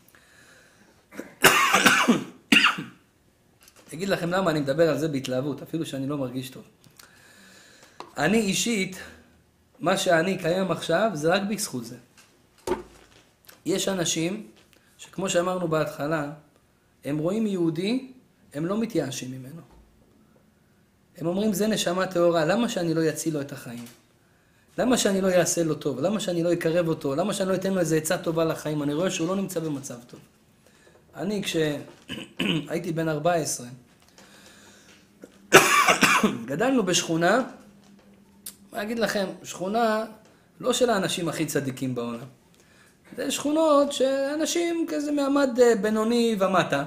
אגיד לכם למה אני מדבר על זה בהתלהבות, אפילו שאני לא מרגיש טוב. אני אישית, מה שאני קיים עכשיו, זה רק בזכות זה. יש אנשים שכמו שאמרנו בהתחלה, הם רואים יהודי, הם לא מתייאשים ממנו. הם אומרים, זה נשמה טהורה, למה שאני לא יציל לו את החיים? למה שאני לא אעשה לו טוב? למה שאני לא אקרב אותו? למה שאני לא אתן לו איזה עצה טובה לחיים? אני רואה שהוא לא נמצא במצב טוב. אני כשהייתי בן 14, גדלנו בשכונה, מה אגיד לכם, שכונה לא של האנשים הכי צדיקים בעולם. זה שכונות שאנשים כזה מעמד בינוני ומטה,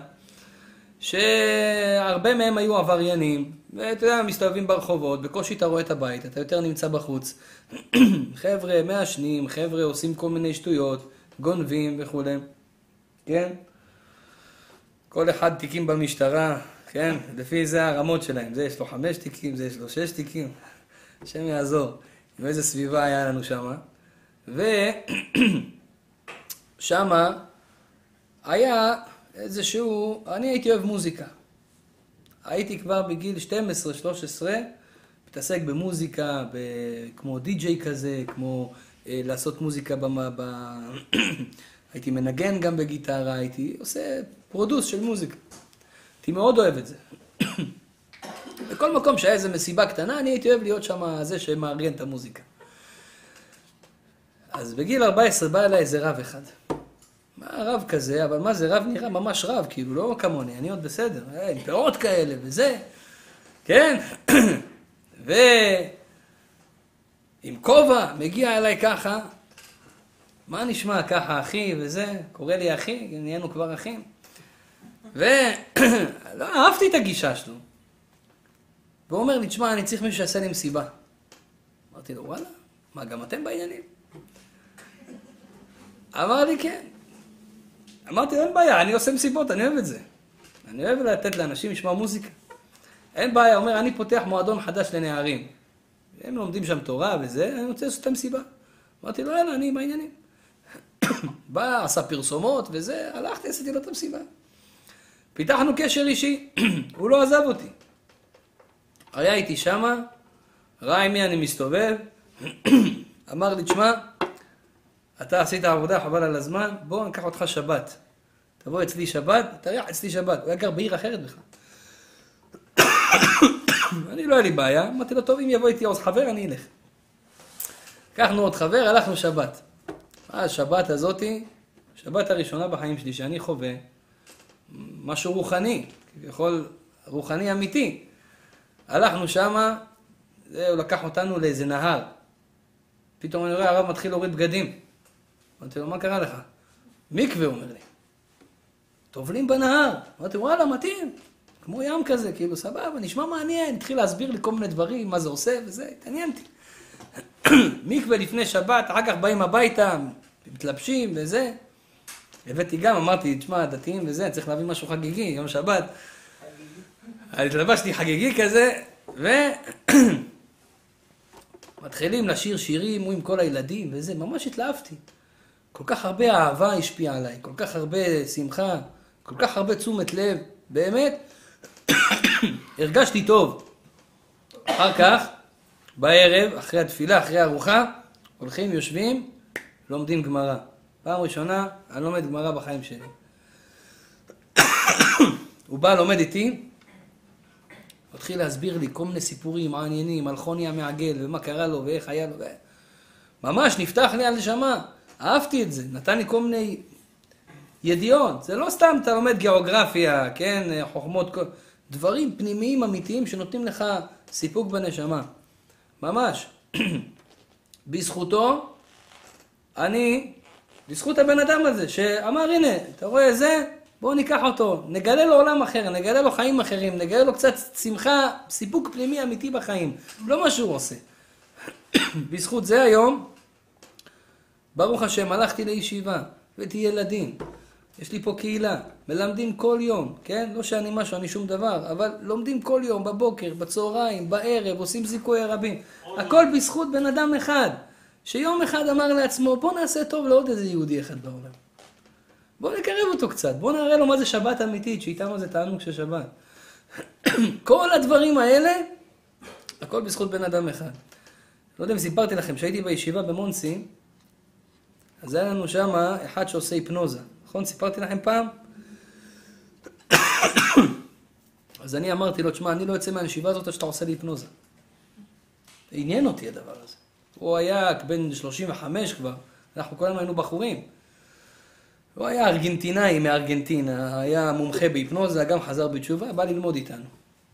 שהרבה מהם היו עבריינים, ואתה יודע, מסתובבים ברחובות, בקושי אתה רואה את הבית, אתה יותר נמצא בחוץ. חבר'ה מעשנים, חבר'ה עושים כל מיני שטויות, גונבים וכו'. כן? כל אחד תיקים במשטרה, כן? לפי זה הרמות שלהם. זה יש לו 5 תיקים, זה יש לו 6 תיקים. השם יעזור. עם איזה סביבה היה לנו שמה. ושמה היה איזשהו, אני הייתי אוהב מוזיקה. הייתי כבר בגיל 12-13, מתעסק במוזיקה, כמו די-ג'יי כזה, כמו לעשות מוזיקה הייתי מנגן גם בגיטרה, הייתי עושה פרודוס של מוזיקה. הייתי מאוד אוהב את זה. בכל מקום שהיה איזו מסיבה קטנה, אני הייתי אוהב להיות שם זה שמארגן את המוזיקה. אז בגיל 14 בא אליי איזה רב אחד. מה רב כזה, אבל מה זה רב נראה ממש רב, כאילו לא כמוני, אני עוד בסדר, עם פירות כאלה וזה, כן? ועם כובע, מגיע אליי ככה, מה נשמע ככה אחי וזה, קורא לי אחי, נהיינו כבר אחים. ולא אהבתי את הגישה שלו. והוא אומר לי, תשמע, אני צריך מישהו שיעשה לי מסיבה. אמרתי לו, וואלה, מה, גם אתם בעניינים? אמר לי, כן. אמרתי, אין בעיה, אני עושה מסיבות, אני אוהב את זה. אני אוהב לתת לאנשים לשמוע מוזיקה. אין בעיה, אומר, אני פותח מועדון חדש לנערים. הם לומדים שם תורה וזה, אני רוצה לעשות את המסיבה. אמרתי לו, יאללה, אני בעניינים. בא, עשה פרסומות וזה, הלכתי, עשיתי לו את המסיבה. פיתחנו קשר אישי, הוא לא עזב אותי. היה איתי שמה, ראה עם מי אני מסתובב, אמר לי, תשמע, אתה עשית עבודה, חבל על הזמן, בוא ניקח אותך שבת. תבוא אצלי שבת, תריח אצלי שבת. הוא היה גר בעיר אחרת בכלל. אני לא היה לי בעיה, אמרתי לו, טוב, אם יבוא איתי עוד חבר, אני אלך. לקחנו עוד חבר, הלכנו שבת. השבת הזאתי, שבת הראשונה בחיים שלי, שאני חווה משהו רוחני, כביכול רוחני אמיתי. הלכנו שמה, הוא לקח אותנו לאיזה נהר. פתאום אני רואה, הרב מתחיל להוריד בגדים. אמרתי לו, מה קרה לך? מקווה, הוא אומר לי. טובלים בנהר. אמרתי, וואלה, מתאים. כמו ים כזה, כאילו, סבבה, נשמע מעניין. התחיל להסביר לי כל מיני דברים, מה זה עושה וזה, התעניינתי. מקווה לפני שבת, אחר כך באים הביתה, מתלבשים וזה. הבאתי גם, אמרתי, תשמע, דתיים וזה, צריך להביא משהו חגיגי, יום שבת. התלבשתי חגיגי כזה, מתחילים לשיר שירים, הוא עם כל הילדים וזה, ממש התלהבתי. כל כך הרבה אהבה השפיעה עליי, כל כך הרבה שמחה, כל כך הרבה תשומת לב, באמת, הרגשתי טוב. אחר כך, בערב, אחרי התפילה, אחרי הארוחה, הולכים, יושבים, לומדים גמרא. פעם ראשונה, אני לומד גמרא בחיים שלי. הוא בא, לומד איתי, התחיל להסביר לי כל מיני סיפורים מעניינים על חוני המעגל ומה קרה לו ואיך היה לו. ממש נפתח לי על נשמה, אהבתי את זה, נתן לי כל מיני ידיעות. זה לא סתם אתה לומד גיאוגרפיה, כן, חוכמות, דברים פנימיים אמיתיים שנותנים לך סיפוק בנשמה. ממש. בזכותו, בזכות הבן אדם הזה שאמר, הנה, אתה רואה זה? בואו ניקח אותו, נגלה לו עולם אחר, נגלה לו חיים אחרים, נגלה לו קצת שמחה, סיפוק פנימי אמיתי בחיים. לא מה שהוא עושה. בזכות זה היום, ברוך השם, הלכתי לישיבה, הבאתי ילדים. יש לי פה קהילה, מלמדים כל יום, כן? לא שאני משהו, אני שום דבר, אבל לומדים כל יום, בבוקר, בצהריים, בערב, עושים זיכוי רבים. הכל בזכות בן אדם אחד, שיום אחד אמר לעצמו, בוא נעשה טוב לעוד איזה יהודי אחד בעולם. בואו נקרב אותו קצת, בואו נראה לו מה זה שבת אמיתית, שאיתנו זה תענוג של שבת. כל הדברים האלה, הכל בזכות בן אדם אחד. לא יודע אם סיפרתי לכם, שהייתי בישיבה במונסי, אז היה לנו שם אחד שעושה היפנוזה. נכון? סיפרתי לכם פעם? אז אני אמרתי לו, תשמע, אני לא יוצא מהישיבה הזאת שאתה עושה לי היפנוזה. עניין אותי הדבר הזה. הוא היה בן 35 כבר, אנחנו כולנו היינו בחורים. הוא היה ארגנטינאי מארגנטינה, היה מומחה בהיפנוזה, גם חזר בתשובה, בא ללמוד איתנו.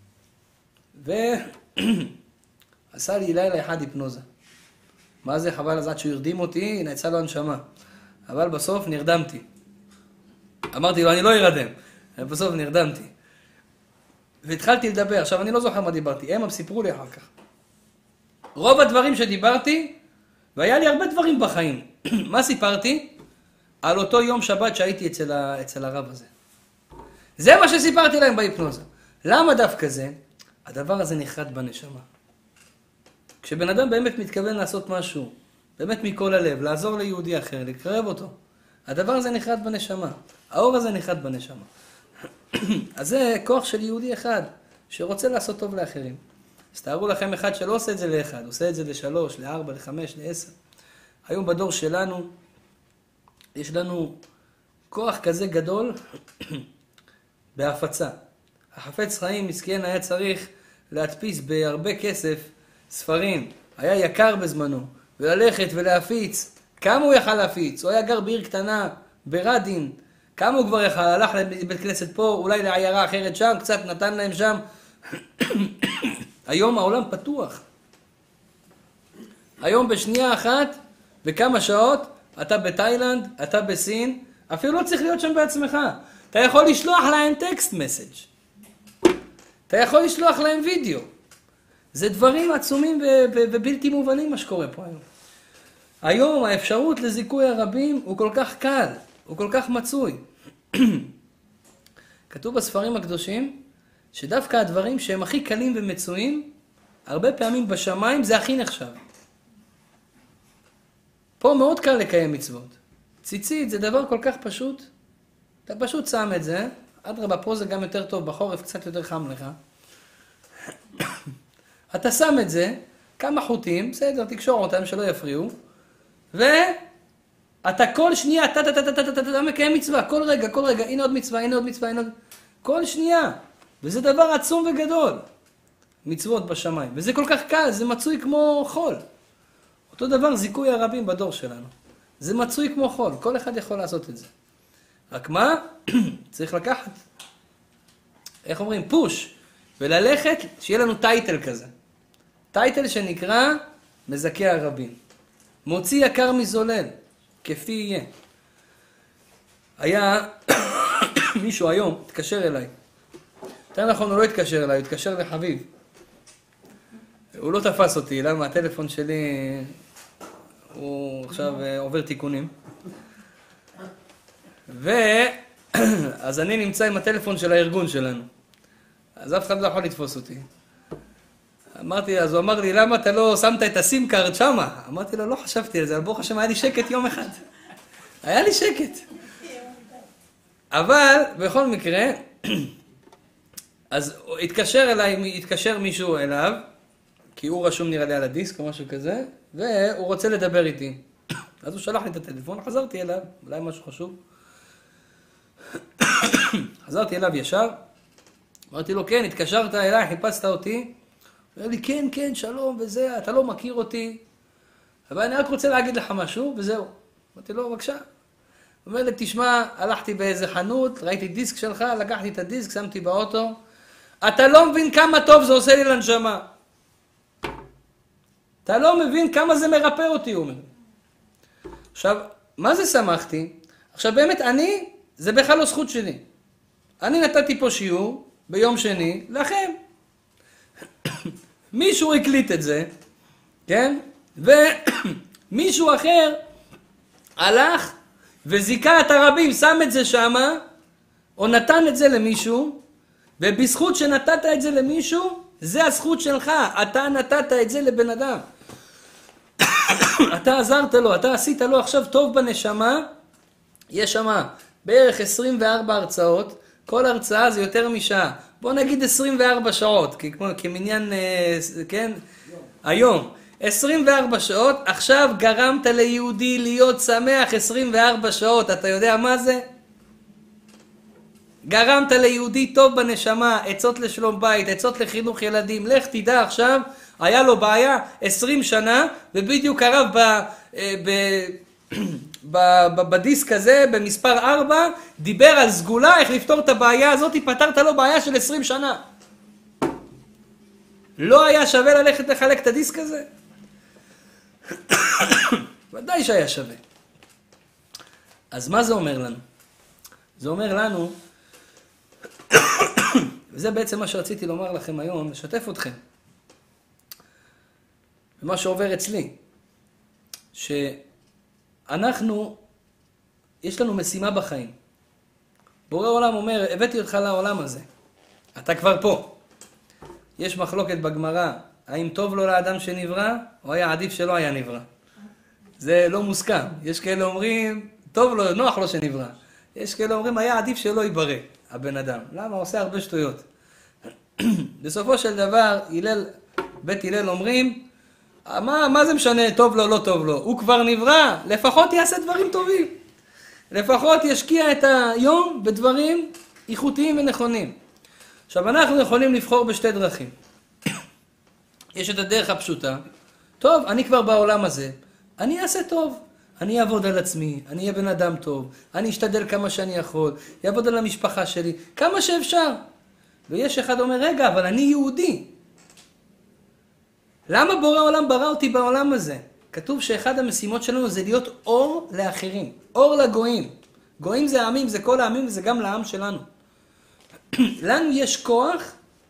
ועשה לי לילה אחד היפנוזה. מה זה? חבל אז עד שהוא הרדים אותי, נעצה לו הנשמה. אבל בסוף נרדמתי. אמרתי לו, אני לא ירדם. בסוף נרדמתי. והתחלתי לדבר. עכשיו, אני לא זוכר מה דיברתי. הם סיפרו לי אחר כך. רוב הדברים שדיברתי, והיה לי הרבה דברים בחיים. מה סיפרתי? על אותו יום שבת שהייתי אצל הרב הזה. זה מה שסיפרתי להם בהיפנוזה. למה דווקא זה? הדבר הזה נחרד בנשמה. כשבן אדם באמת מתכוון לעשות משהו, באמת מכל הלב, לעזור ליהודי אחר, לקרב אותו, הדבר הזה נחרד בנשמה. האור הזה נחרד בנשמה. אז זה כוח של יהודי אחד, שרוצה לעשות טוב לאחרים. אז תארו לכם אחד שלא עושה את זה לאחד, עושה את זה ל3, ל4, ל5, ל10. היום בדור שלנו, יש לנו כוח כזה גדול בהפצה. החפץ חיים מסכן היה צריך להדפיס בהרבה כסף ספרים, היה יקר בזמנו, וללכת ולהפיץ. כמה הוא יכל להפיץ? הוא היה גר בעיר קטנה, ברדין. כמה הוא כבר יכל? הלך לבית כנסת פה, אולי לעיירה אחרת שם, קצת נתן להם שם. היום העולם פתוח. היום בשנייה אחת וכמה שעות, אתה בתאילנד, אתה בסין, אפילו לא צריך להיות שם בעצמך. אתה יכול לשלוח להם טקסט מסאג'. אתה יכול לשלוח להם וידאו. זה דברים עצומים ובלתי מובנים מה שקורה פה היום. היום האפשרות לזיכוי הרבים הוא כל כך קל, הוא כל כך מצוי. כתוב בספרים הקדושים שדווקא הדברים שהם הכי קלים ומצויים, הרבה פעמים בשמיים זה הכי נחשב. פה מאוד קל לקיים מצוות. ציצית זה דבר כל כך פשוט. אתה פשוט שם את זה, אדרבה, פה זה גם יותר טוב, בחורף קצת יותר חם לך. אתה שם את זה, כמה חוטים, בסדר, תקשור אותם שלא יפריעו, ואתה כל שנייה, אתה מקיים מצווה, כל רגע, הנה עוד מצווה, הנה עוד מצווה, הנה עוד... כל שנייה. וזה דבר עצום וגדול. מצוות בשמיים. וזה כל כך קל, זה מצוי כמו חול. אותו דבר זיכוי הרבים בדור שלנו. זה מצוי כמו חול, כל אחד יכול לעשות את זה. רק מה? צריך לקחת, איך אומרים? פוש. וללכת, שיהיה לנו טייטל כזה. טייטל שנקרא מזכה הרבים. מוציא יקר מזולל, כפי יהיה. היה מישהו היום, התקשר אליי. יותר נכון, הוא לא התקשר אליי, הוא התקשר לחביב. הוא לא תפס אותי, למה הטלפון שלי, הוא עכשיו עובר תיקונים. אז אני נמצא עם הטלפון של הארגון שלנו. אז אף אחד לא יכול לתפוס אותי. אמרתי, אז הוא אמר לי, למה אתה לא שמת את הסים קארד שמה? אמרתי לו, לא חשבתי על זה, אבל ברוך השם היה לי שקט יום אחד. היה לי שקט. אבל בכל מקרה, אז התקשר מישהו אליו, כי הוא רשום נראה לי על הדיסק או משהו כזה, והוא רוצה לדבר איתי. אז הוא שלח לי את הטלפון, חזרתי אליו, אולי משהו חשוב. חזרתי אליו ישר, אמרתי לו, כן, התקשרת אליי, חיפשת אותי. הוא אומר לי, כן, כן, שלום, וזה, אתה לא מכיר אותי. אבל אני רק רוצה להגיד לך משהו, וזהו. אמרתי לו, בבקשה. הוא אומר לי, תשמע, הלכתי באיזה חנות, ראיתי דיסק שלך, לקחתי את הדיסק, שמתי באוטו. אתה לא מבין כמה טוב זה עושה לי לנשמה. אתה לא מבין כמה זה מרפא אותי, הוא אומר. עכשיו, מה זה שמחתי? עכשיו, באמת, זה בכלל לא זכות שלי. אני נתתי פה שיעור ביום שני לכם. מישהו הקליט את זה, כן? ומישהו אחר הלך וזיקה את הרבים, שם את זה שמה, או נתן את זה למישהו, ובזכות שנתת את זה למישהו, זה הזכות שלך. אתה נתת את זה לבן אדם. אתה עזרת לו, אתה עשית לו עכשיו טוב בנשמה. יש שמה בערך 24 הרצאות, כל הרצאה זה יותר משעה. בוא נגיד 24 שעות, כמניין, כן? היום. 24 שעות, עכשיו גרמת ליהודי להיות שמח 24 שעות, אתה יודע מה זה? גרמת ליהודי טוב בנשמה, עצות לשלום בית, עצות לחינוך ילדים, לך תדע עכשיו, היה לו בעיה 20 שנה, ובדיוק הרב בדיסק הזה, במספר 4, דיבר על סגולה, איך לפתור את הבעיה הזאת, פתרת לו בעיה של 20 שנה. לא היה שווה ללכת לחלק את הדיסק הזה? ודאי שהיה שווה. אז מה זה אומר לנו? זה אומר לנו, וזה בעצם מה שרציתי לומר לכם היום, לשתף אתכם. ומה שעובר אצלי, שאנחנו, יש לנו משימה בחיים. בורא עולם אומר, הבאתי אותך לעולם הזה. אתה כבר פה. יש מחלוקת בגמרא, האם טוב לו לאדם שנברא, או היה עדיף שלא היה נברא. זה לא מוסכם. יש כאלה אומרים, טוב לו, נוח לו שנברא. יש כאלה אומרים, היה עדיף שלא ייברא, הבן אדם. למה? הוא עושה הרבה שטויות. בסופו של דבר, בית הלל אומרים, מה זה משנה, טוב לו, לא טוב לו? הוא כבר נברא, לפחות יעשה דברים טובים. לפחות ישקיע את היום בדברים איכותיים ונכונים. עכשיו, אנחנו יכולים לבחור בשתי דרכים. יש את הדרך הפשוטה. טוב, אני כבר בעולם הזה. אני אעשה טוב. אני אעבוד על עצמי, אני אהיה בן אדם טוב, אני אשתדל כמה שאני יכול, יעבוד על המשפחה שלי, כמה שאפשר. ויש אחד אומר, רגע, אבל אני יהודי. למה בורא העולם ברא אותי בעולם הזה? כתוב שאחד המשימות שלנו זה להיות אור לאחרים, אור לגויים. גויים זה העמים, זה כל העמים וזה גם לעם שלנו. לנו יש כוח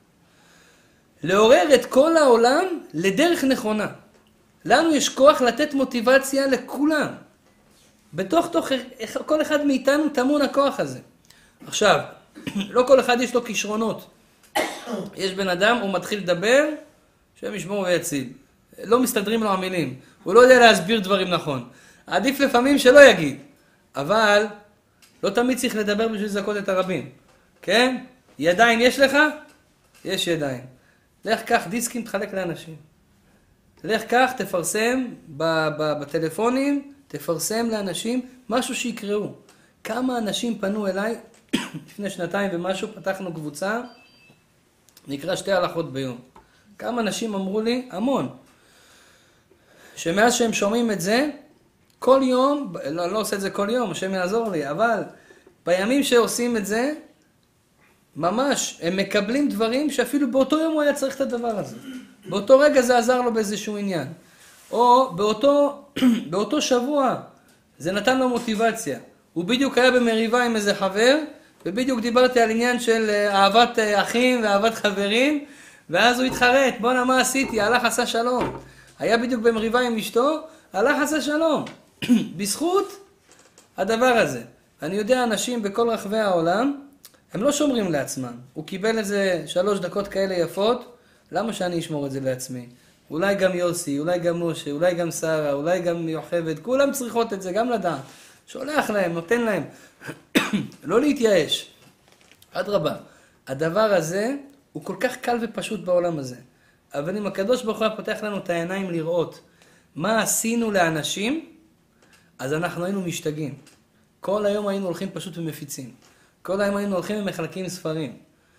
לעורר את כל העולם לדרך נכונה. לנו יש כוח לתת מוטיבציה לכולם. בתוך כל אחד מאיתנו טמון הכוח הזה. עכשיו, לא כל אחד יש לו כישרונות. יש בן אדם, הוא מתחיל לדבר, שם ישמור ויציל. לא מסתדרים לו המילים. הוא לא יודע להסביר דברים נכון. עדיף לפעמים שלא יגיד. אבל לא תמיד צריך לדבר בשביל לזכות את הרבים. כן? ידיים יש לך? יש ידיים. לך קח דיסקים, תחלק לאנשים. לך כך, תפרסם בטלפונים, תפרסם לאנשים משהו שיקראו. כמה אנשים פנו אליי, לפני 2 ומשהו, פתחנו קבוצה, נקרא 2 הלכות ביום. כמה אנשים אמרו לי? המון. שמאז שהם שומעים את זה, כל יום, לא עושה את זה כל יום, השם יעזור לי, אבל בימים שעושים את זה, ממש, הם מקבלים דברים שאפילו באותו יום הוא היה צריך את הדבר הזה. באותו רגע זה עזר לו באיזשהו עניין. או באותו שבוע זה נתן לו מוטיבציה. הוא בדיוק היה במריבה עם איזה חבר, ובדיוק דיברתי על עניין של אהבת אחים ואהבת חברים, ואז הוא התחרט, בוא'נה מה עשיתי, הלך עשה שלום. היה בדיוק במריבה עם אשתו, הלך עשה שלום. בזכות הדבר הזה. אני יודע אנשים בכל רחבי העולם, הם לא שומרים לעצמם. הוא קיבל איזה 3 דקות כאלה יפות, למה שאני אשמור את זה לעצמי? אולי גם יוסי, אולי גם משה, אולי גם שרה, אולי גם יוחבת, כולם צריכות את זה, גם לדעת. שולח להם, נותן להם. לא להתייאש. אדרבה, הדבר הזה הוא כל כך קל ופשוט בעולם הזה. אבל אם הקדוש ברוך הוא פותח לנו את העיניים לראות מה עשינו לאנשים, אז אנחנו היינו משתגעים. כל היום היינו הולכים פשוט ומפיצים. כל היום היינו הולכים ומחלקים ספרים.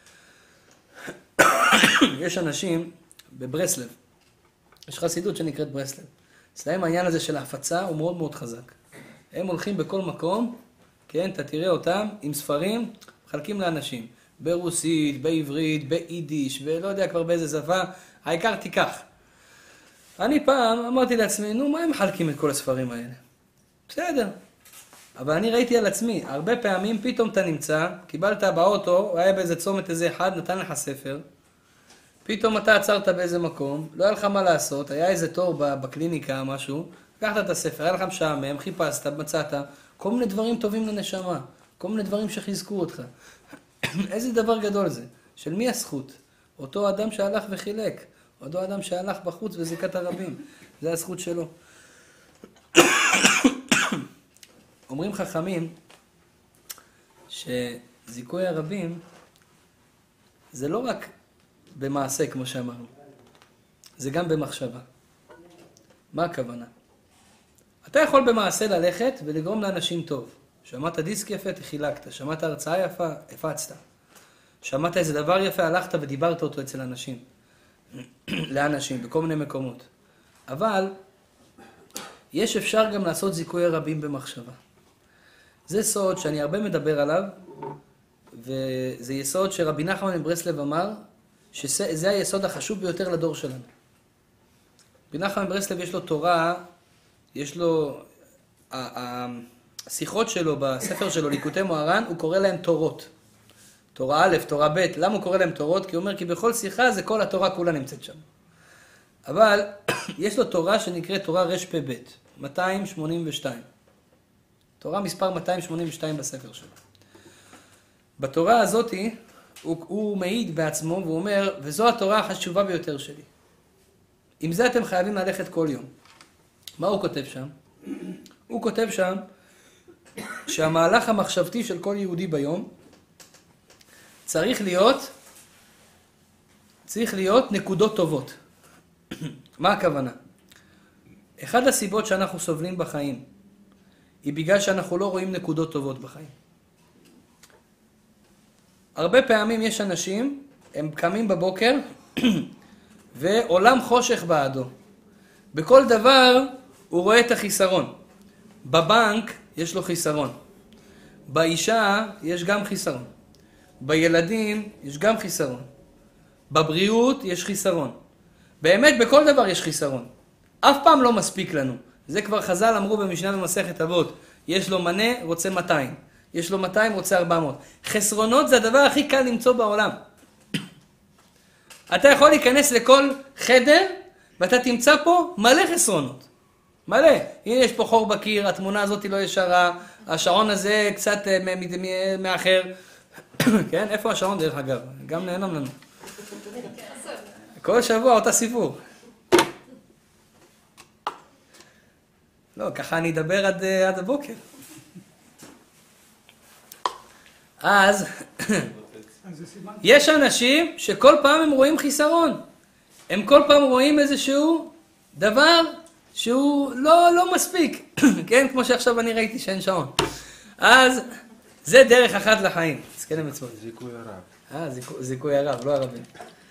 יש אנשים בברסלב, יש חסידות שנקראת ברסלב. אצלהם העניין הזה של ההפצה הוא מאוד מאוד חזק. הם הולכים בכל מקום, כן, אתה תראה אותם עם ספרים, מחלקים לאנשים. ברוסית, בעברית, ביידיש, ולא יודע כבר באיזה שפה, העיקר תיקח. אני פעם אמרתי לעצמי, נו, מה הם מחלקים את כל הספרים האלה? בסדר. אבל אני ראיתי על עצמי, הרבה פעמים פתאום אתה נמצא, קיבלת באוטו, היה באיזה צומת איזה אחד, נתן לך ספר, פתאום אתה עצרת באיזה מקום, לא היה לך מה לעשות, היה איזה תור בקליניקה, משהו, לקחת את הספר, היה לך משעמם, חיפשת, מצאת, כל מיני דברים טובים לנשמה, כל מיני דברים שחיזקו אותך. איזה דבר גדול זה, של מי הזכות? אותו אדם שהלך וחילק, אותו אדם שהלך בחוץ וזיקת הרבים, זה הזכות שלו. אומרים חכמים שזיכוי הרבים זה לא רק במעשה כמו שאמרנו, זה גם במחשבה. מה הכוונה? אתה יכול במעשה ללכת ולגרום לאנשים טוב. שמעת דיסק יפה, תחילקת. שמעת הרצאה יפה, הפצת. שמעת איזה דבר יפה, הלכת ודיברת אותו אצל אנשים. לאנשים, בכל מיני מקומות. אבל יש אפשר גם לעשות זיכוי הרבים במחשבה. זה סוד שאני הרבה מדבר עליו, וזה יסוד שרבי נחמן מברסלב אמר, שזה היסוד החשוב ביותר לדור שלנו. רבי נחמן מברסלב יש לו תורה, יש לו, השיחות שלו בספר שלו, ליקוטי מוהר"ן, הוא קורא להם תורות. תורה א', תורה ב', למה הוא קורא להם תורות? כי הוא אומר, כי בכל שיחה זה כל התורה כולה נמצאת שם. אבל יש לו תורה שנקראת תורה רש"פ 282. תורה מספר 282 בספר שלו. בתורה הזאת הוא מעיד בעצמו והוא אומר, וזו התורה החשובה ביותר שלי. עם זה אתם חייבים ללכת כל יום. מה הוא כותב שם? הוא כותב שם שהמהלך המחשבתי של כל יהודי ביום צריך להיות נקודות טובות. מה הכוונה? אחד הסיבות שאנחנו סובלים בחיים, היא בגלל שאנחנו לא רואים נקודות טובות בחיים. הרבה פעמים יש אנשים, הם קמים בבוקר, ועולם חושך בעדו. בכל דבר הוא רואה את החיסרון. בבנק יש לו חיסרון. באישה יש גם חיסרון. בילדים יש גם חיסרון. בבריאות יש חיסרון. באמת בכל דבר יש חיסרון. אף פעם לא מספיק לנו. זה כבר חז"ל אמרו במשנה במסכת אבות. יש לו מנה, רוצה 200. יש לו 200, רוצה 400. חסרונות זה הדבר הכי קל למצוא בעולם. אתה יכול להיכנס לכל חדר, ואתה תמצא פה מלא חסרונות. מלא. הנה יש פה חור בקיר, התמונה הזאת לא ישרה, השעון הזה קצת מאחר. כן? איפה השעון דרך אגב? גם נהנם לנו. כל שבוע אותה סיפור. לא, ככה אני אדבר עד הבוקר. אז יש אנשים שכל פעם הם רואים חיסרון. הם כל פעם רואים איזשהו דבר שהוא לא מספיק. כן, כמו שעכשיו אני ראיתי שאין שעון. אז זה דרך אחת לחיים. זקן המצוות. זיכוי הרב. זיכוי הרב, לא הרבים.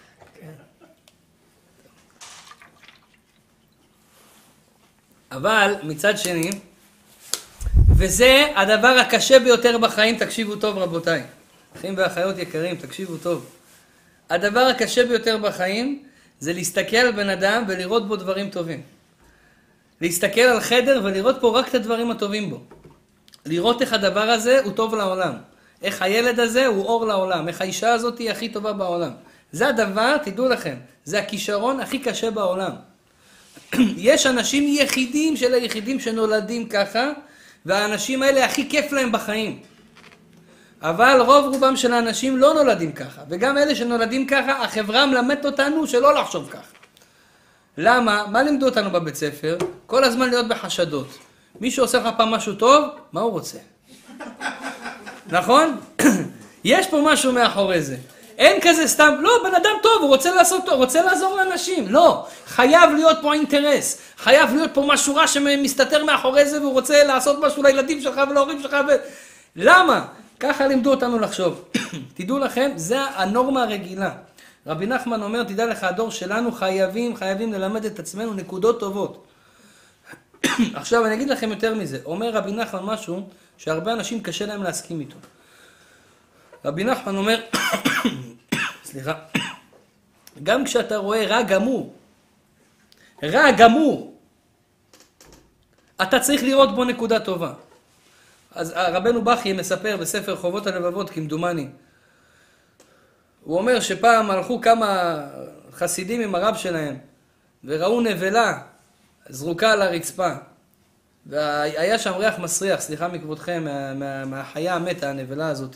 אבל מצד שני, וזה הדבר הקשה ביותר בחיים, תקשיבו טוב רבותיי. אחים ואחיות יקרים, תקשיבו טוב. הדבר הקשה ביותר בחיים זה להסתכל על בן אדם ולראות בו דברים טובים. להסתכל על חדר ולראות פה רק את הדברים הטובים בו. לראות איך הדבר הזה הוא טוב לעולם. איך הילד הזה הוא אור לעולם. איך האישה הזאת היא הכי טובה בעולם. זה הדבר, תדעו לכם, זה הכישרון הכי קשה בעולם. יש אנשים יחידים של היחידים שנולדים ככה, והאנשים האלה הכי כיף להם בחיים. אבל רוב רובם של האנשים לא נולדים ככה. וגם אלה שנולדים ככה, החברה מלמדת אותנו שלא לחשוב ככה. למה? מה לימדו אותנו בבית ספר? כל הזמן להיות בחשדות. מישהו עושה לך פעם משהו טוב, מה הוא רוצה? נכון? יש פה משהו מאחורי זה. אין כזה סתם, לא, בן אדם טוב, הוא רוצה לעשות טוב, הוא רוצה לעזור לאנשים. לא, חייב להיות פה אינטרס. חייב להיות פה משהו רע שמסתתר מאחורי זה, והוא רוצה לעשות משהו לילדים שלך ולהורים שלך. למה? ככה לימדו אותנו לחשוב. תדעו לכם, זה הנורמה הרגילה. רבי נחמן אומר, תדע לך, הדור שלנו חייבים ללמד את עצמנו נקודות טובות. עכשיו אני אגיד לכם יותר מזה. אומר רבי נחמן משהו שהרבה אנשים קשה להם להסכים איתו. רבי נחמן אומר, סליחה, גם כשאתה רואה רע גמור, אתה צריך לראות בו נקודה טובה. אז רבנו בכי מספר בספר חובות הלבבות, כמדומני, הוא אומר שפעם הלכו כמה חסידים עם הרב שלהם, וראו נבלה זרוקה על הרצפה, והיה שם ריח מסריח, סליחה מכבודכם, מהחיה המתה, הנבלה הזאת.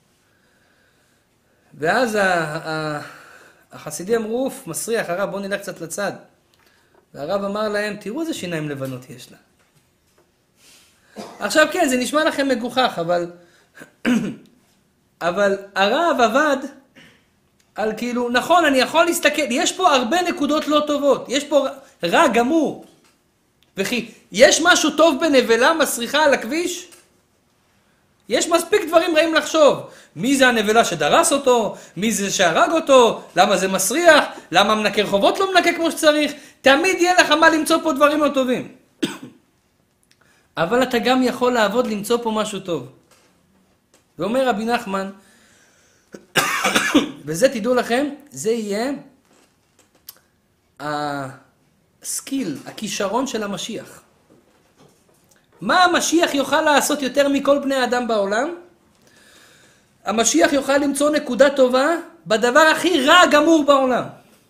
ואז החסידים אמרו, אוף, מסריח, הרב, בוא נלך קצת לצד. והרב אמר להם, תראו איזה שיניים לבנות יש לה. עכשיו כן, זה נשמע לכם מגוחך, אבל הרב עבד על כאילו, נכון, אני יכול להסתכל, יש פה הרבה נקודות לא טובות, יש פה רע גמור. וכי, יש משהו טוב בנבלה מסריחה על הכביש? יש מספיק דברים רעים לחשוב. מי זה הנבלה שדרס אותו? מי זה שהרג אותו? למה זה מסריח? למה מנקה רחובות לא מנקה כמו שצריך? תמיד יהיה לך מה למצוא פה דברים לא טובים. אבל אתה גם יכול לעבוד למצוא פה משהו טוב. ואומר רבי נחמן, וזה תדעו לכם, זה יהיה הסקיל, הכישרון של המשיח. מה המשיח יוכל לעשות יותר מכל בני האדם בעולם? המשיח יוכל למצוא נקודה טובה בדבר הכי רע גמור בעולם.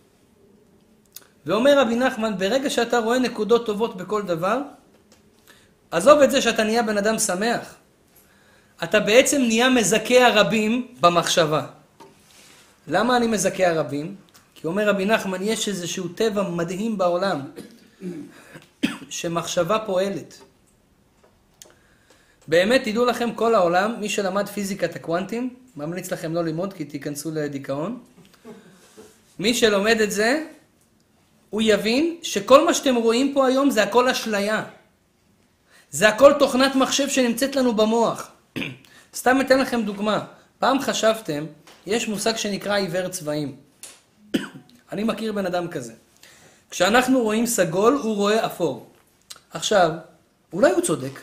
ואומר רבי נחמן, ברגע שאתה רואה נקודות טובות בכל דבר, עזוב את זה שאתה נהיה בן אדם שמח. אתה בעצם נהיה מזכה הרבים במחשבה. למה אני מזכה הרבים? כי אומר רבי נחמן, יש איזשהו טבע מדהים בעולם, שמחשבה פועלת. באמת, תדעו לכם, כל העולם, מי שלמד פיזיקת הקוונטים, ממליץ לכם לא ללמוד כי תיכנסו לדיכאון. מי שלומד את זה, הוא יבין שכל מה שאתם רואים פה היום זה הכל אשליה. זה הכל תוכנת מחשב שנמצאת לנו במוח. סתם אתן לכם דוגמה. פעם חשבתם, יש מושג שנקרא עיוור צבעים. אני מכיר בן אדם כזה. כשאנחנו רואים סגול, הוא רואה אפור. עכשיו, אולי הוא צודק.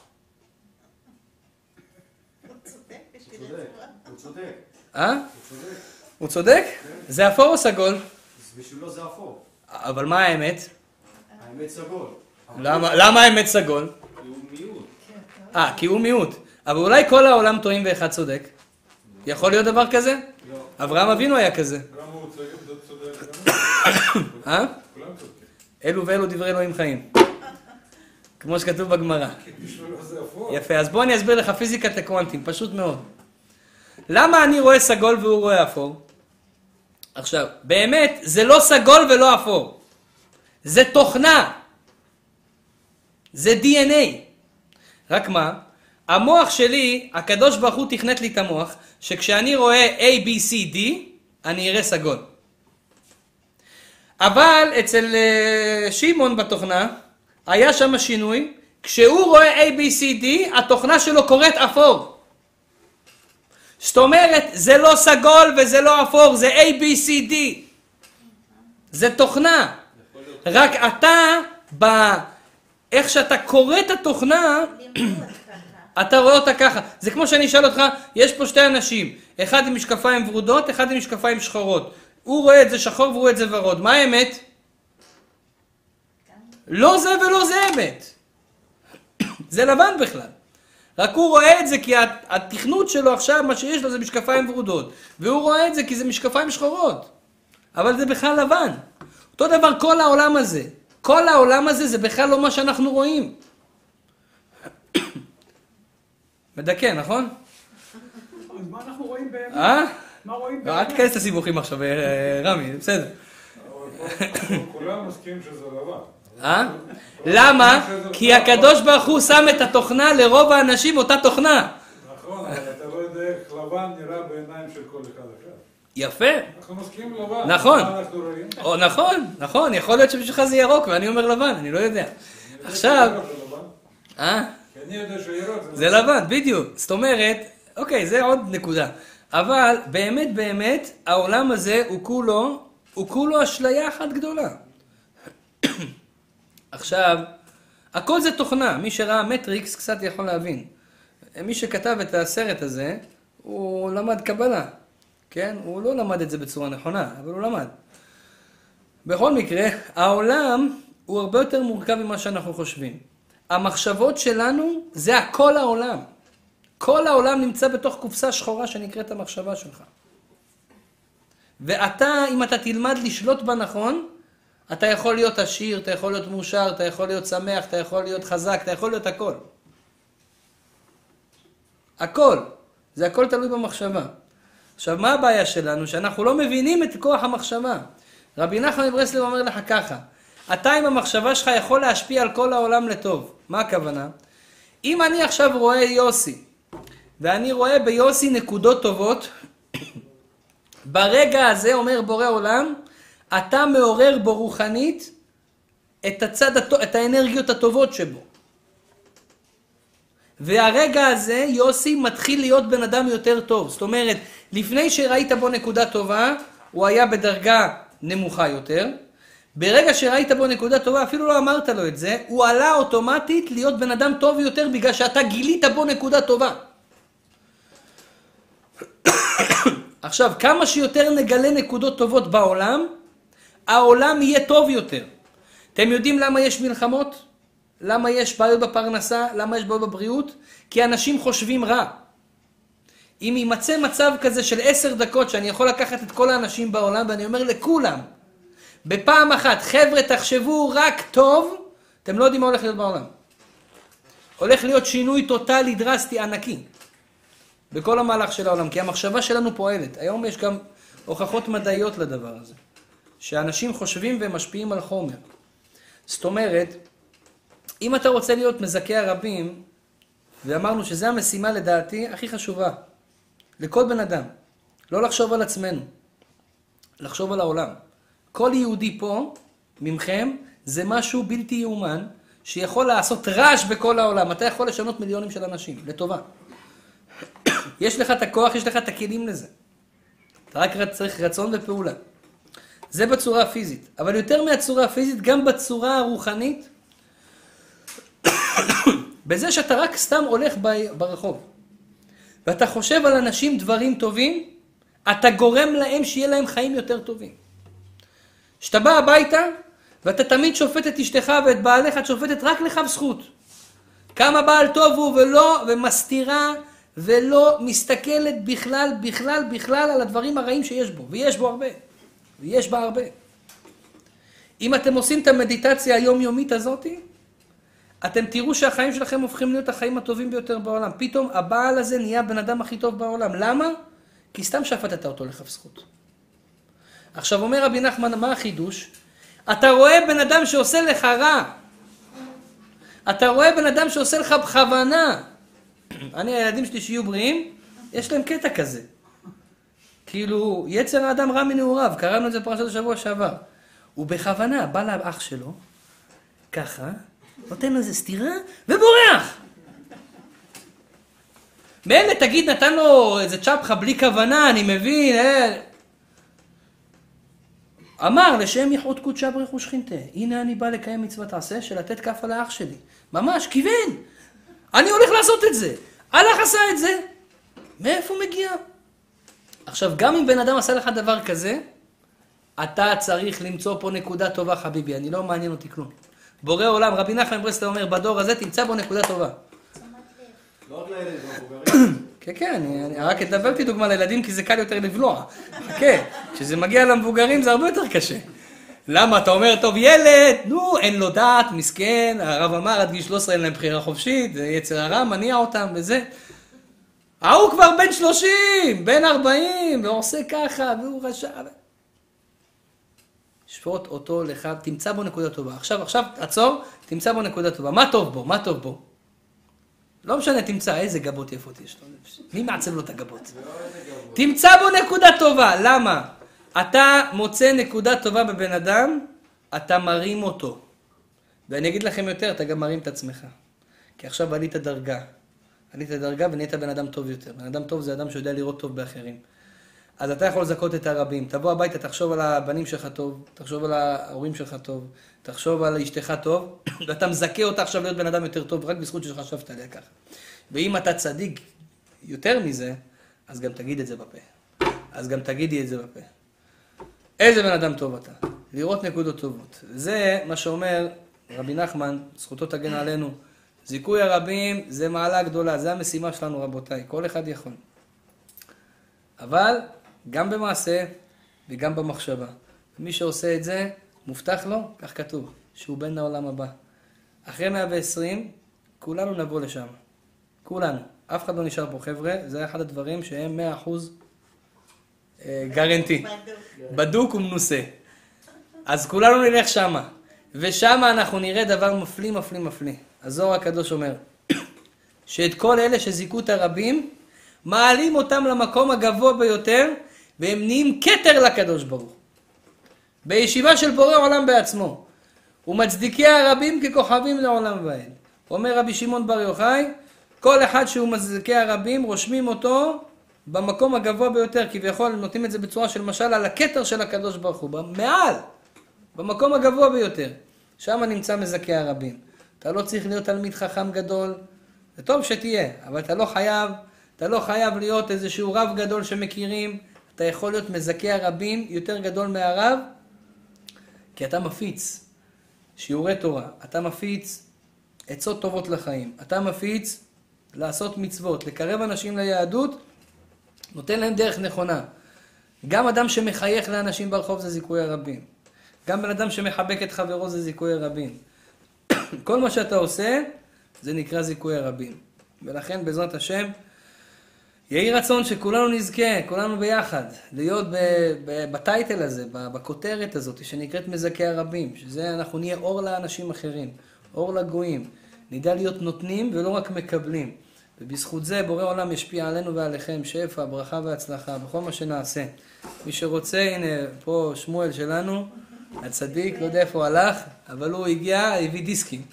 הוא צודק. הוא צודק? זה אפור או סגול? בשבילו זה אפור. אבל מה האמת? האמת סגול. למה האמת סגול? כי הוא מיעוט. כי הוא מיעוט. אבל אולי כל העולם טועים ואחד צודק. יכול להיות דבר כזה? לא. אברהם אבינו היה כזה. גם הוא צודק. אה? כולם צודקים. אלו ואלו דברי אלוהים חיים. כמו שכתוב בגמרא. בשבילו זה אפור. יפה, אז בוא אני אסביר לך פיזיקת הקוונטים, פשוט מאוד. למה אני רואה סגול והוא רואה אפור? עכשיו, באמת, זה לא סגול ולא אפור. זה תוכנה. זה DNA. רק מה? המוח שלי, הקדוש ברוך הוא תכנת לי את המוח, שכשאני רואה A, B, C, D, אני אראה סגול. אבל אצל שמעון בתוכנה, היה שם שינוי, כשהוא רואה A, B, C, D, התוכנה שלו קוראת אפור. זאת אומרת, זה לא סגול וזה לא אפור, זה A, B, C, D. זה תוכנה. רק אתה, איך שאתה קורא את התוכנה, אתה רואה אותה ככה. זה כמו שאני אשאל אותך, יש פה שתי אנשים, אחד עם משקפיים ורודות, אחד עם משקפיים שחורות. הוא רואה את זה שחור והוא רואה את זה ורוד. מה האמת? לא זה ולא זה אמת. זה לבן בכלל. רק הוא רואה את זה כי התכנות שלו עכשיו, מה שיש לו זה משקפיים ורודות. והוא רואה את זה כי זה משקפיים שחורות. אבל זה בכלל לבן. אותו דבר כל העולם הזה. כל העולם הזה זה בכלל לא מה שאנחנו רואים. מדכא, נכון? אז מה אנחנו רואים באמת? מה רואים אל באמת? תכנס את הסיבוכים עכשיו, רמי, בסדר. כולם מסכימים שזה לבן. למה? כי הקדוש ברוך הוא שם את התוכנה לרוב האנשים אותה תוכנה. נכון, אבל אתה לא יודע איך לבן נראה בעיניים של כל אחד אחר. יפה. אנחנו מסכימים לבן. נכון. מה אנחנו רואים? נכון, יכול להיות שבשבילך זה ירוק ואני אומר לבן, אני לא יודע. עכשיו, כי אני יודע שירוק זה לבן, בדיוק. זאת אומרת, אוקיי, זה עוד נקודה. אבל באמת, העולם הזה הוא כולו אשליה אחת גדולה. עכשיו, הכל זה תוכנה. מי שראה מטריקס קצת יכול להבין. מי שכתב את הסרט הזה, הוא למד קבלה. כן? הוא לא למד את זה בצורה נכונה, אבל הוא למד. בכל מקרה, העולם הוא הרבה יותר מורכב ממה שאנחנו חושבים. המחשבות שלנו זה הכל העולם. כל העולם נמצא בתוך קופסה שחורה שנקראת המחשבה שלך. ואתה, אם אתה תלמד לשלוט בה נכון, אתה יכול להיות עשיר, אתה יכול להיות מאושר, אתה יכול להיות שמח, אתה יכול להיות חזק, אתה יכול להיות הכל. הכל. זה הכל תלוי במחשבה. עכשיו, מה הבעיה שלנו? שאנחנו לא מבינים את כוח המחשבה. רבי נחמן מברסלב אומר לך ככה, אתה עם המחשבה שלך יכול להשפיע על כל העולם לטוב. מה הכוונה? אם אני עכשיו רואה יוסי, ואני רואה ביוסי נקודות טובות, ברגע הזה אומר בורא עולם, אתה מעורר בו רוחנית את האנרגיות הטובות שבו. והרגע הזה יוסי מתחיל להיות בן אדם יותר טוב. זאת אומרת, לפני שראית בו נקודה טובה, הוא היה בדרגה נמוכה יותר. ברגע שראית בו נקודה טובה, אפילו לא אמרת לו את זה, הוא עלה אוטומטית להיות בן אדם טוב יותר בגלל שאתה גילית בו נקודה טובה. עכשיו, כמה שיותר נגלה נקודות טובות בעולם, העולם יהיה טוב יותר. אתם יודעים למה יש מלחמות? למה יש בעיות בפרנסה? למה יש בעיות בבריאות? כי אנשים חושבים רע. אם יימצא מצב כזה של 10 דקות שאני יכול לקחת את כל האנשים בעולם ואני אומר לכולם, בפעם אחת, חבר'ה תחשבו רק טוב, אתם לא יודעים מה הולך להיות בעולם. הולך להיות שינוי טוטלי דרסטי ענקי. בכל המהלך של העולם, כי המחשבה שלנו פועלת. היום יש גם הוכחות מדעיות לדבר הזה. שאנשים חושבים ומשפיעים על חומר. זאת אומרת, אם אתה רוצה להיות מזכה הרבים, ואמרנו שזו המשימה לדעתי הכי חשובה, לכל בן אדם, לא לחשוב על עצמנו, לחשוב על העולם. כל יהודי פה, ממכם, זה משהו בלתי יאומן, שיכול לעשות רעש בכל העולם. אתה יכול לשנות מיליונים של אנשים, לטובה. יש לך את הכוח, יש לך את הכלים לזה. אתה רק צריך רצון ופעולה. זה בצורה הפיזית. אבל יותר מהצורה הפיזית, גם בצורה הרוחנית, בזה שאתה רק סתם הולך ברחוב, ואתה חושב על אנשים דברים טובים, אתה גורם להם שיהיה להם חיים יותר טובים. שאתה בא הביתה, ואתה תמיד שופט את אשתך ואת בעליך, את שופטת רק לך זכות. כמה בעל טוב הוא ומסתירה, ולא מסתכלת בכלל על הדברים הרעים שיש בו. ויש בו הרבה. ויש בה הרבה. אם אתם עושים את המדיטציה היומיומית הזאת, אתם תראו שהחיים שלכם הופכים להיות החיים הטובים ביותר בעולם. פתאום הבעל הזה נהיה בן אדם הכי טוב בעולם. למה? כי סתם שפטת אותו לכף זכות. עכשיו אומר רבי נחמן, מה החידוש? אתה רואה בן אדם שעושה לך רע. אתה רואה בן אדם שעושה לך בכוונה. הילדים שלי שיהיו בריאים, יש להם קטע כזה. כאילו, יצר האדם רע מנעוריו, קראנו את זה פרשת השבוע שעבר. הוא בכוונה בא לאח שלו, ככה, נותן לו איזה סתירה, ובורח. מילא תגיד, נתן לו איזה צ'פחה בלי כוונה, אני מבין, אמר, לשם ייחוד קודשה ברכו שכינתה. הנה אני בא לקיים מצוות עשה של לתת כפה לאח שלי. ממש, כיוון. אני הולך לעשות את זה. הלך עשה את זה. מאיפה מגיע? עכשיו, גם אם בן אדם עשה לך דבר כזה, אתה צריך למצוא פה נקודה טובה, חביבי. אני לא מעניין אותי כלום. בורא עולם, רבי נחמן מברסלב אומר, בדור הזה תמצא בו נקודה טובה. לא רק לילדים, במבוגרים. כן, כן, אני רק אדברתי דוגמה לילדים, כי זה קל יותר לבלוע. כן, כשזה מגיע למבוגרים זה הרבה יותר קשה. למה? אתה אומר, טוב, ילד, נו, אין לו דעת, מסכן, הרב אמר, עד גיל 13 אין להם בחירה חופשית, זה יצר הרע, מניע אותם וזה. הוא כבר בן 30, בן 40, ועושה ככה, והוא רשע. שפוט אותו לך, תמצא בו נקודה טובה. עכשיו, עצור, תמצא בו נקודה טובה. מה טוב בו? מה טוב בו? לא משנה, תמצא איזה גבות יפות יש לו. מי מעצב לו את הגבות? תמצא בו נקודה טובה. למה? אתה מוצא נקודה טובה בבן אדם, אתה מרים אותו. ואני אגיד לכם יותר, אתה גם מרים את עצמך. כי עכשיו עלית דרגה. עלית דרגה ונהיית בן אדם טוב יותר. בן אדם טוב זה אדם שיודע לראות טוב באחרים. אז אתה יכול לזכות את הרבים. תבוא הביתה, תחשוב על הבנים שלך טוב, תחשוב על ההורים שלך טוב, תחשוב על אשתך טוב, ואתה מזכה אותה עכשיו להיות בן אדם יותר טוב, רק בזכות שחשבת עליה ככה. ואם אתה צדיק יותר מזה, אז גם תגיד את זה בפה. אז גם תגידי את זה בפה. איזה בן אדם טוב אתה. לראות נקודות טובות. זה מה שאומר רבי נחמן, זכותו תגן עלינו. זיכוי הרבים זה מעלה גדולה, זה המשימה שלנו רבותיי, כל אחד יכול. אבל גם במעשה וגם במחשבה. מי שעושה את זה, מובטח לו, כך כתוב, שהוא בן לעולם הבא. אחרי 120, כולנו נבוא לשם. כולנו. אף אחד לא נשאר פה חבר'ה, זה אחד הדברים שהם 100% גרנטי. בדוק ומנוסה. אז כולנו נלך שמה. ושמה אנחנו נראה דבר מפליא, מפליא, מפליא. הזוהר הקדוש אומר, שאת כל אלה שזיקו את הרבים, מעלים אותם למקום הגבוה ביותר, והם נהיים כתר לקדוש ברוך. בישיבה של בורא עולם בעצמו. ומצדיקי הרבים ככוכבים לעולם ועד. אומר רבי שמעון בר יוחאי, כל אחד שהוא מצדיקי הרבים, רושמים אותו במקום הגבוה ביותר, כביכול נותנים את זה בצורה של משל על הכתר של הקדוש ברוך הוא, מעל, במקום הגבוה ביותר. שם נמצא מזכי הרבים. אתה לא צריך להיות תלמיד חכם גדול, זה טוב שתהיה, אבל אתה לא חייב להיות איזשהו רב גדול שמכירים, אתה יכול להיות מזכי הרבים יותר גדול מהרב, כי אתה מפיץ שיעורי תורה, אתה מפיץ עצות טובות לחיים, אתה מפיץ לעשות מצוות, לקרב אנשים ליהדות, נותן להם דרך נכונה. גם אדם שמחייך לאנשים ברחוב זה זיכוי הרבים. גם בן אדם שמחבק את חברו זה זיכוי הרבים. כל מה שאתה עושה זה נקרא זיכוי הרבים. ולכן בעזרת השם, יהי רצון שכולנו נזכה, כולנו ביחד, להיות בטייטל הזה, בכותרת הזאת שנקראת מזכי הרבים, שזה אנחנו נהיה אור לאנשים אחרים, אור לגויים, נדע להיות נותנים ולא רק מקבלים. ובזכות זה בורא עולם ישפיע עלינו ועליכם שפע, ברכה והצלחה בכל מה שנעשה. מי שרוצה, הנה פה שמואל שלנו, הצדיק, לא יודע איפה הוא הלך, אבל הוא הגיע, הביא דיסקים.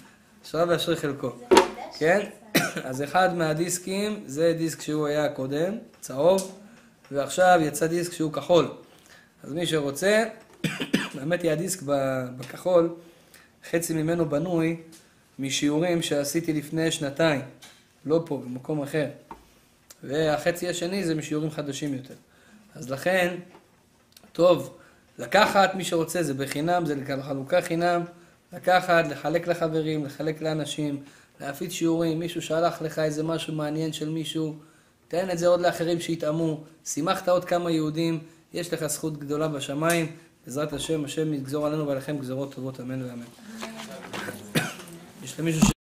אשריו ואשרי חלקו. כן? אז אחד מהדיסקים, זה דיסק שהוא היה קודם, צהוב, ועכשיו יצא דיסק שהוא כחול. אז מי שרוצה, האמת היא הדיסק בכחול, חצי ממנו בנוי משיעורים שעשיתי לפני שנתיים, לא פה, במקום אחר. והחצי השני זה משיעורים חדשים יותר. אז לכן, טוב, לקחת מי שרוצה, זה בחינם, זה חלוקה חינם, לקחת, לחלק לחברים, לחלק לאנשים, להפיץ שיעורים, מישהו שלח לך איזה משהו מעניין של מישהו, תן את זה עוד לאחרים שיתאמו, שימחת עוד כמה יהודים, יש לך זכות גדולה בשמיים, בעזרת השם, השם יגזור עלינו ועליכם גזרות טובות, אמן ואמן. יש למישהו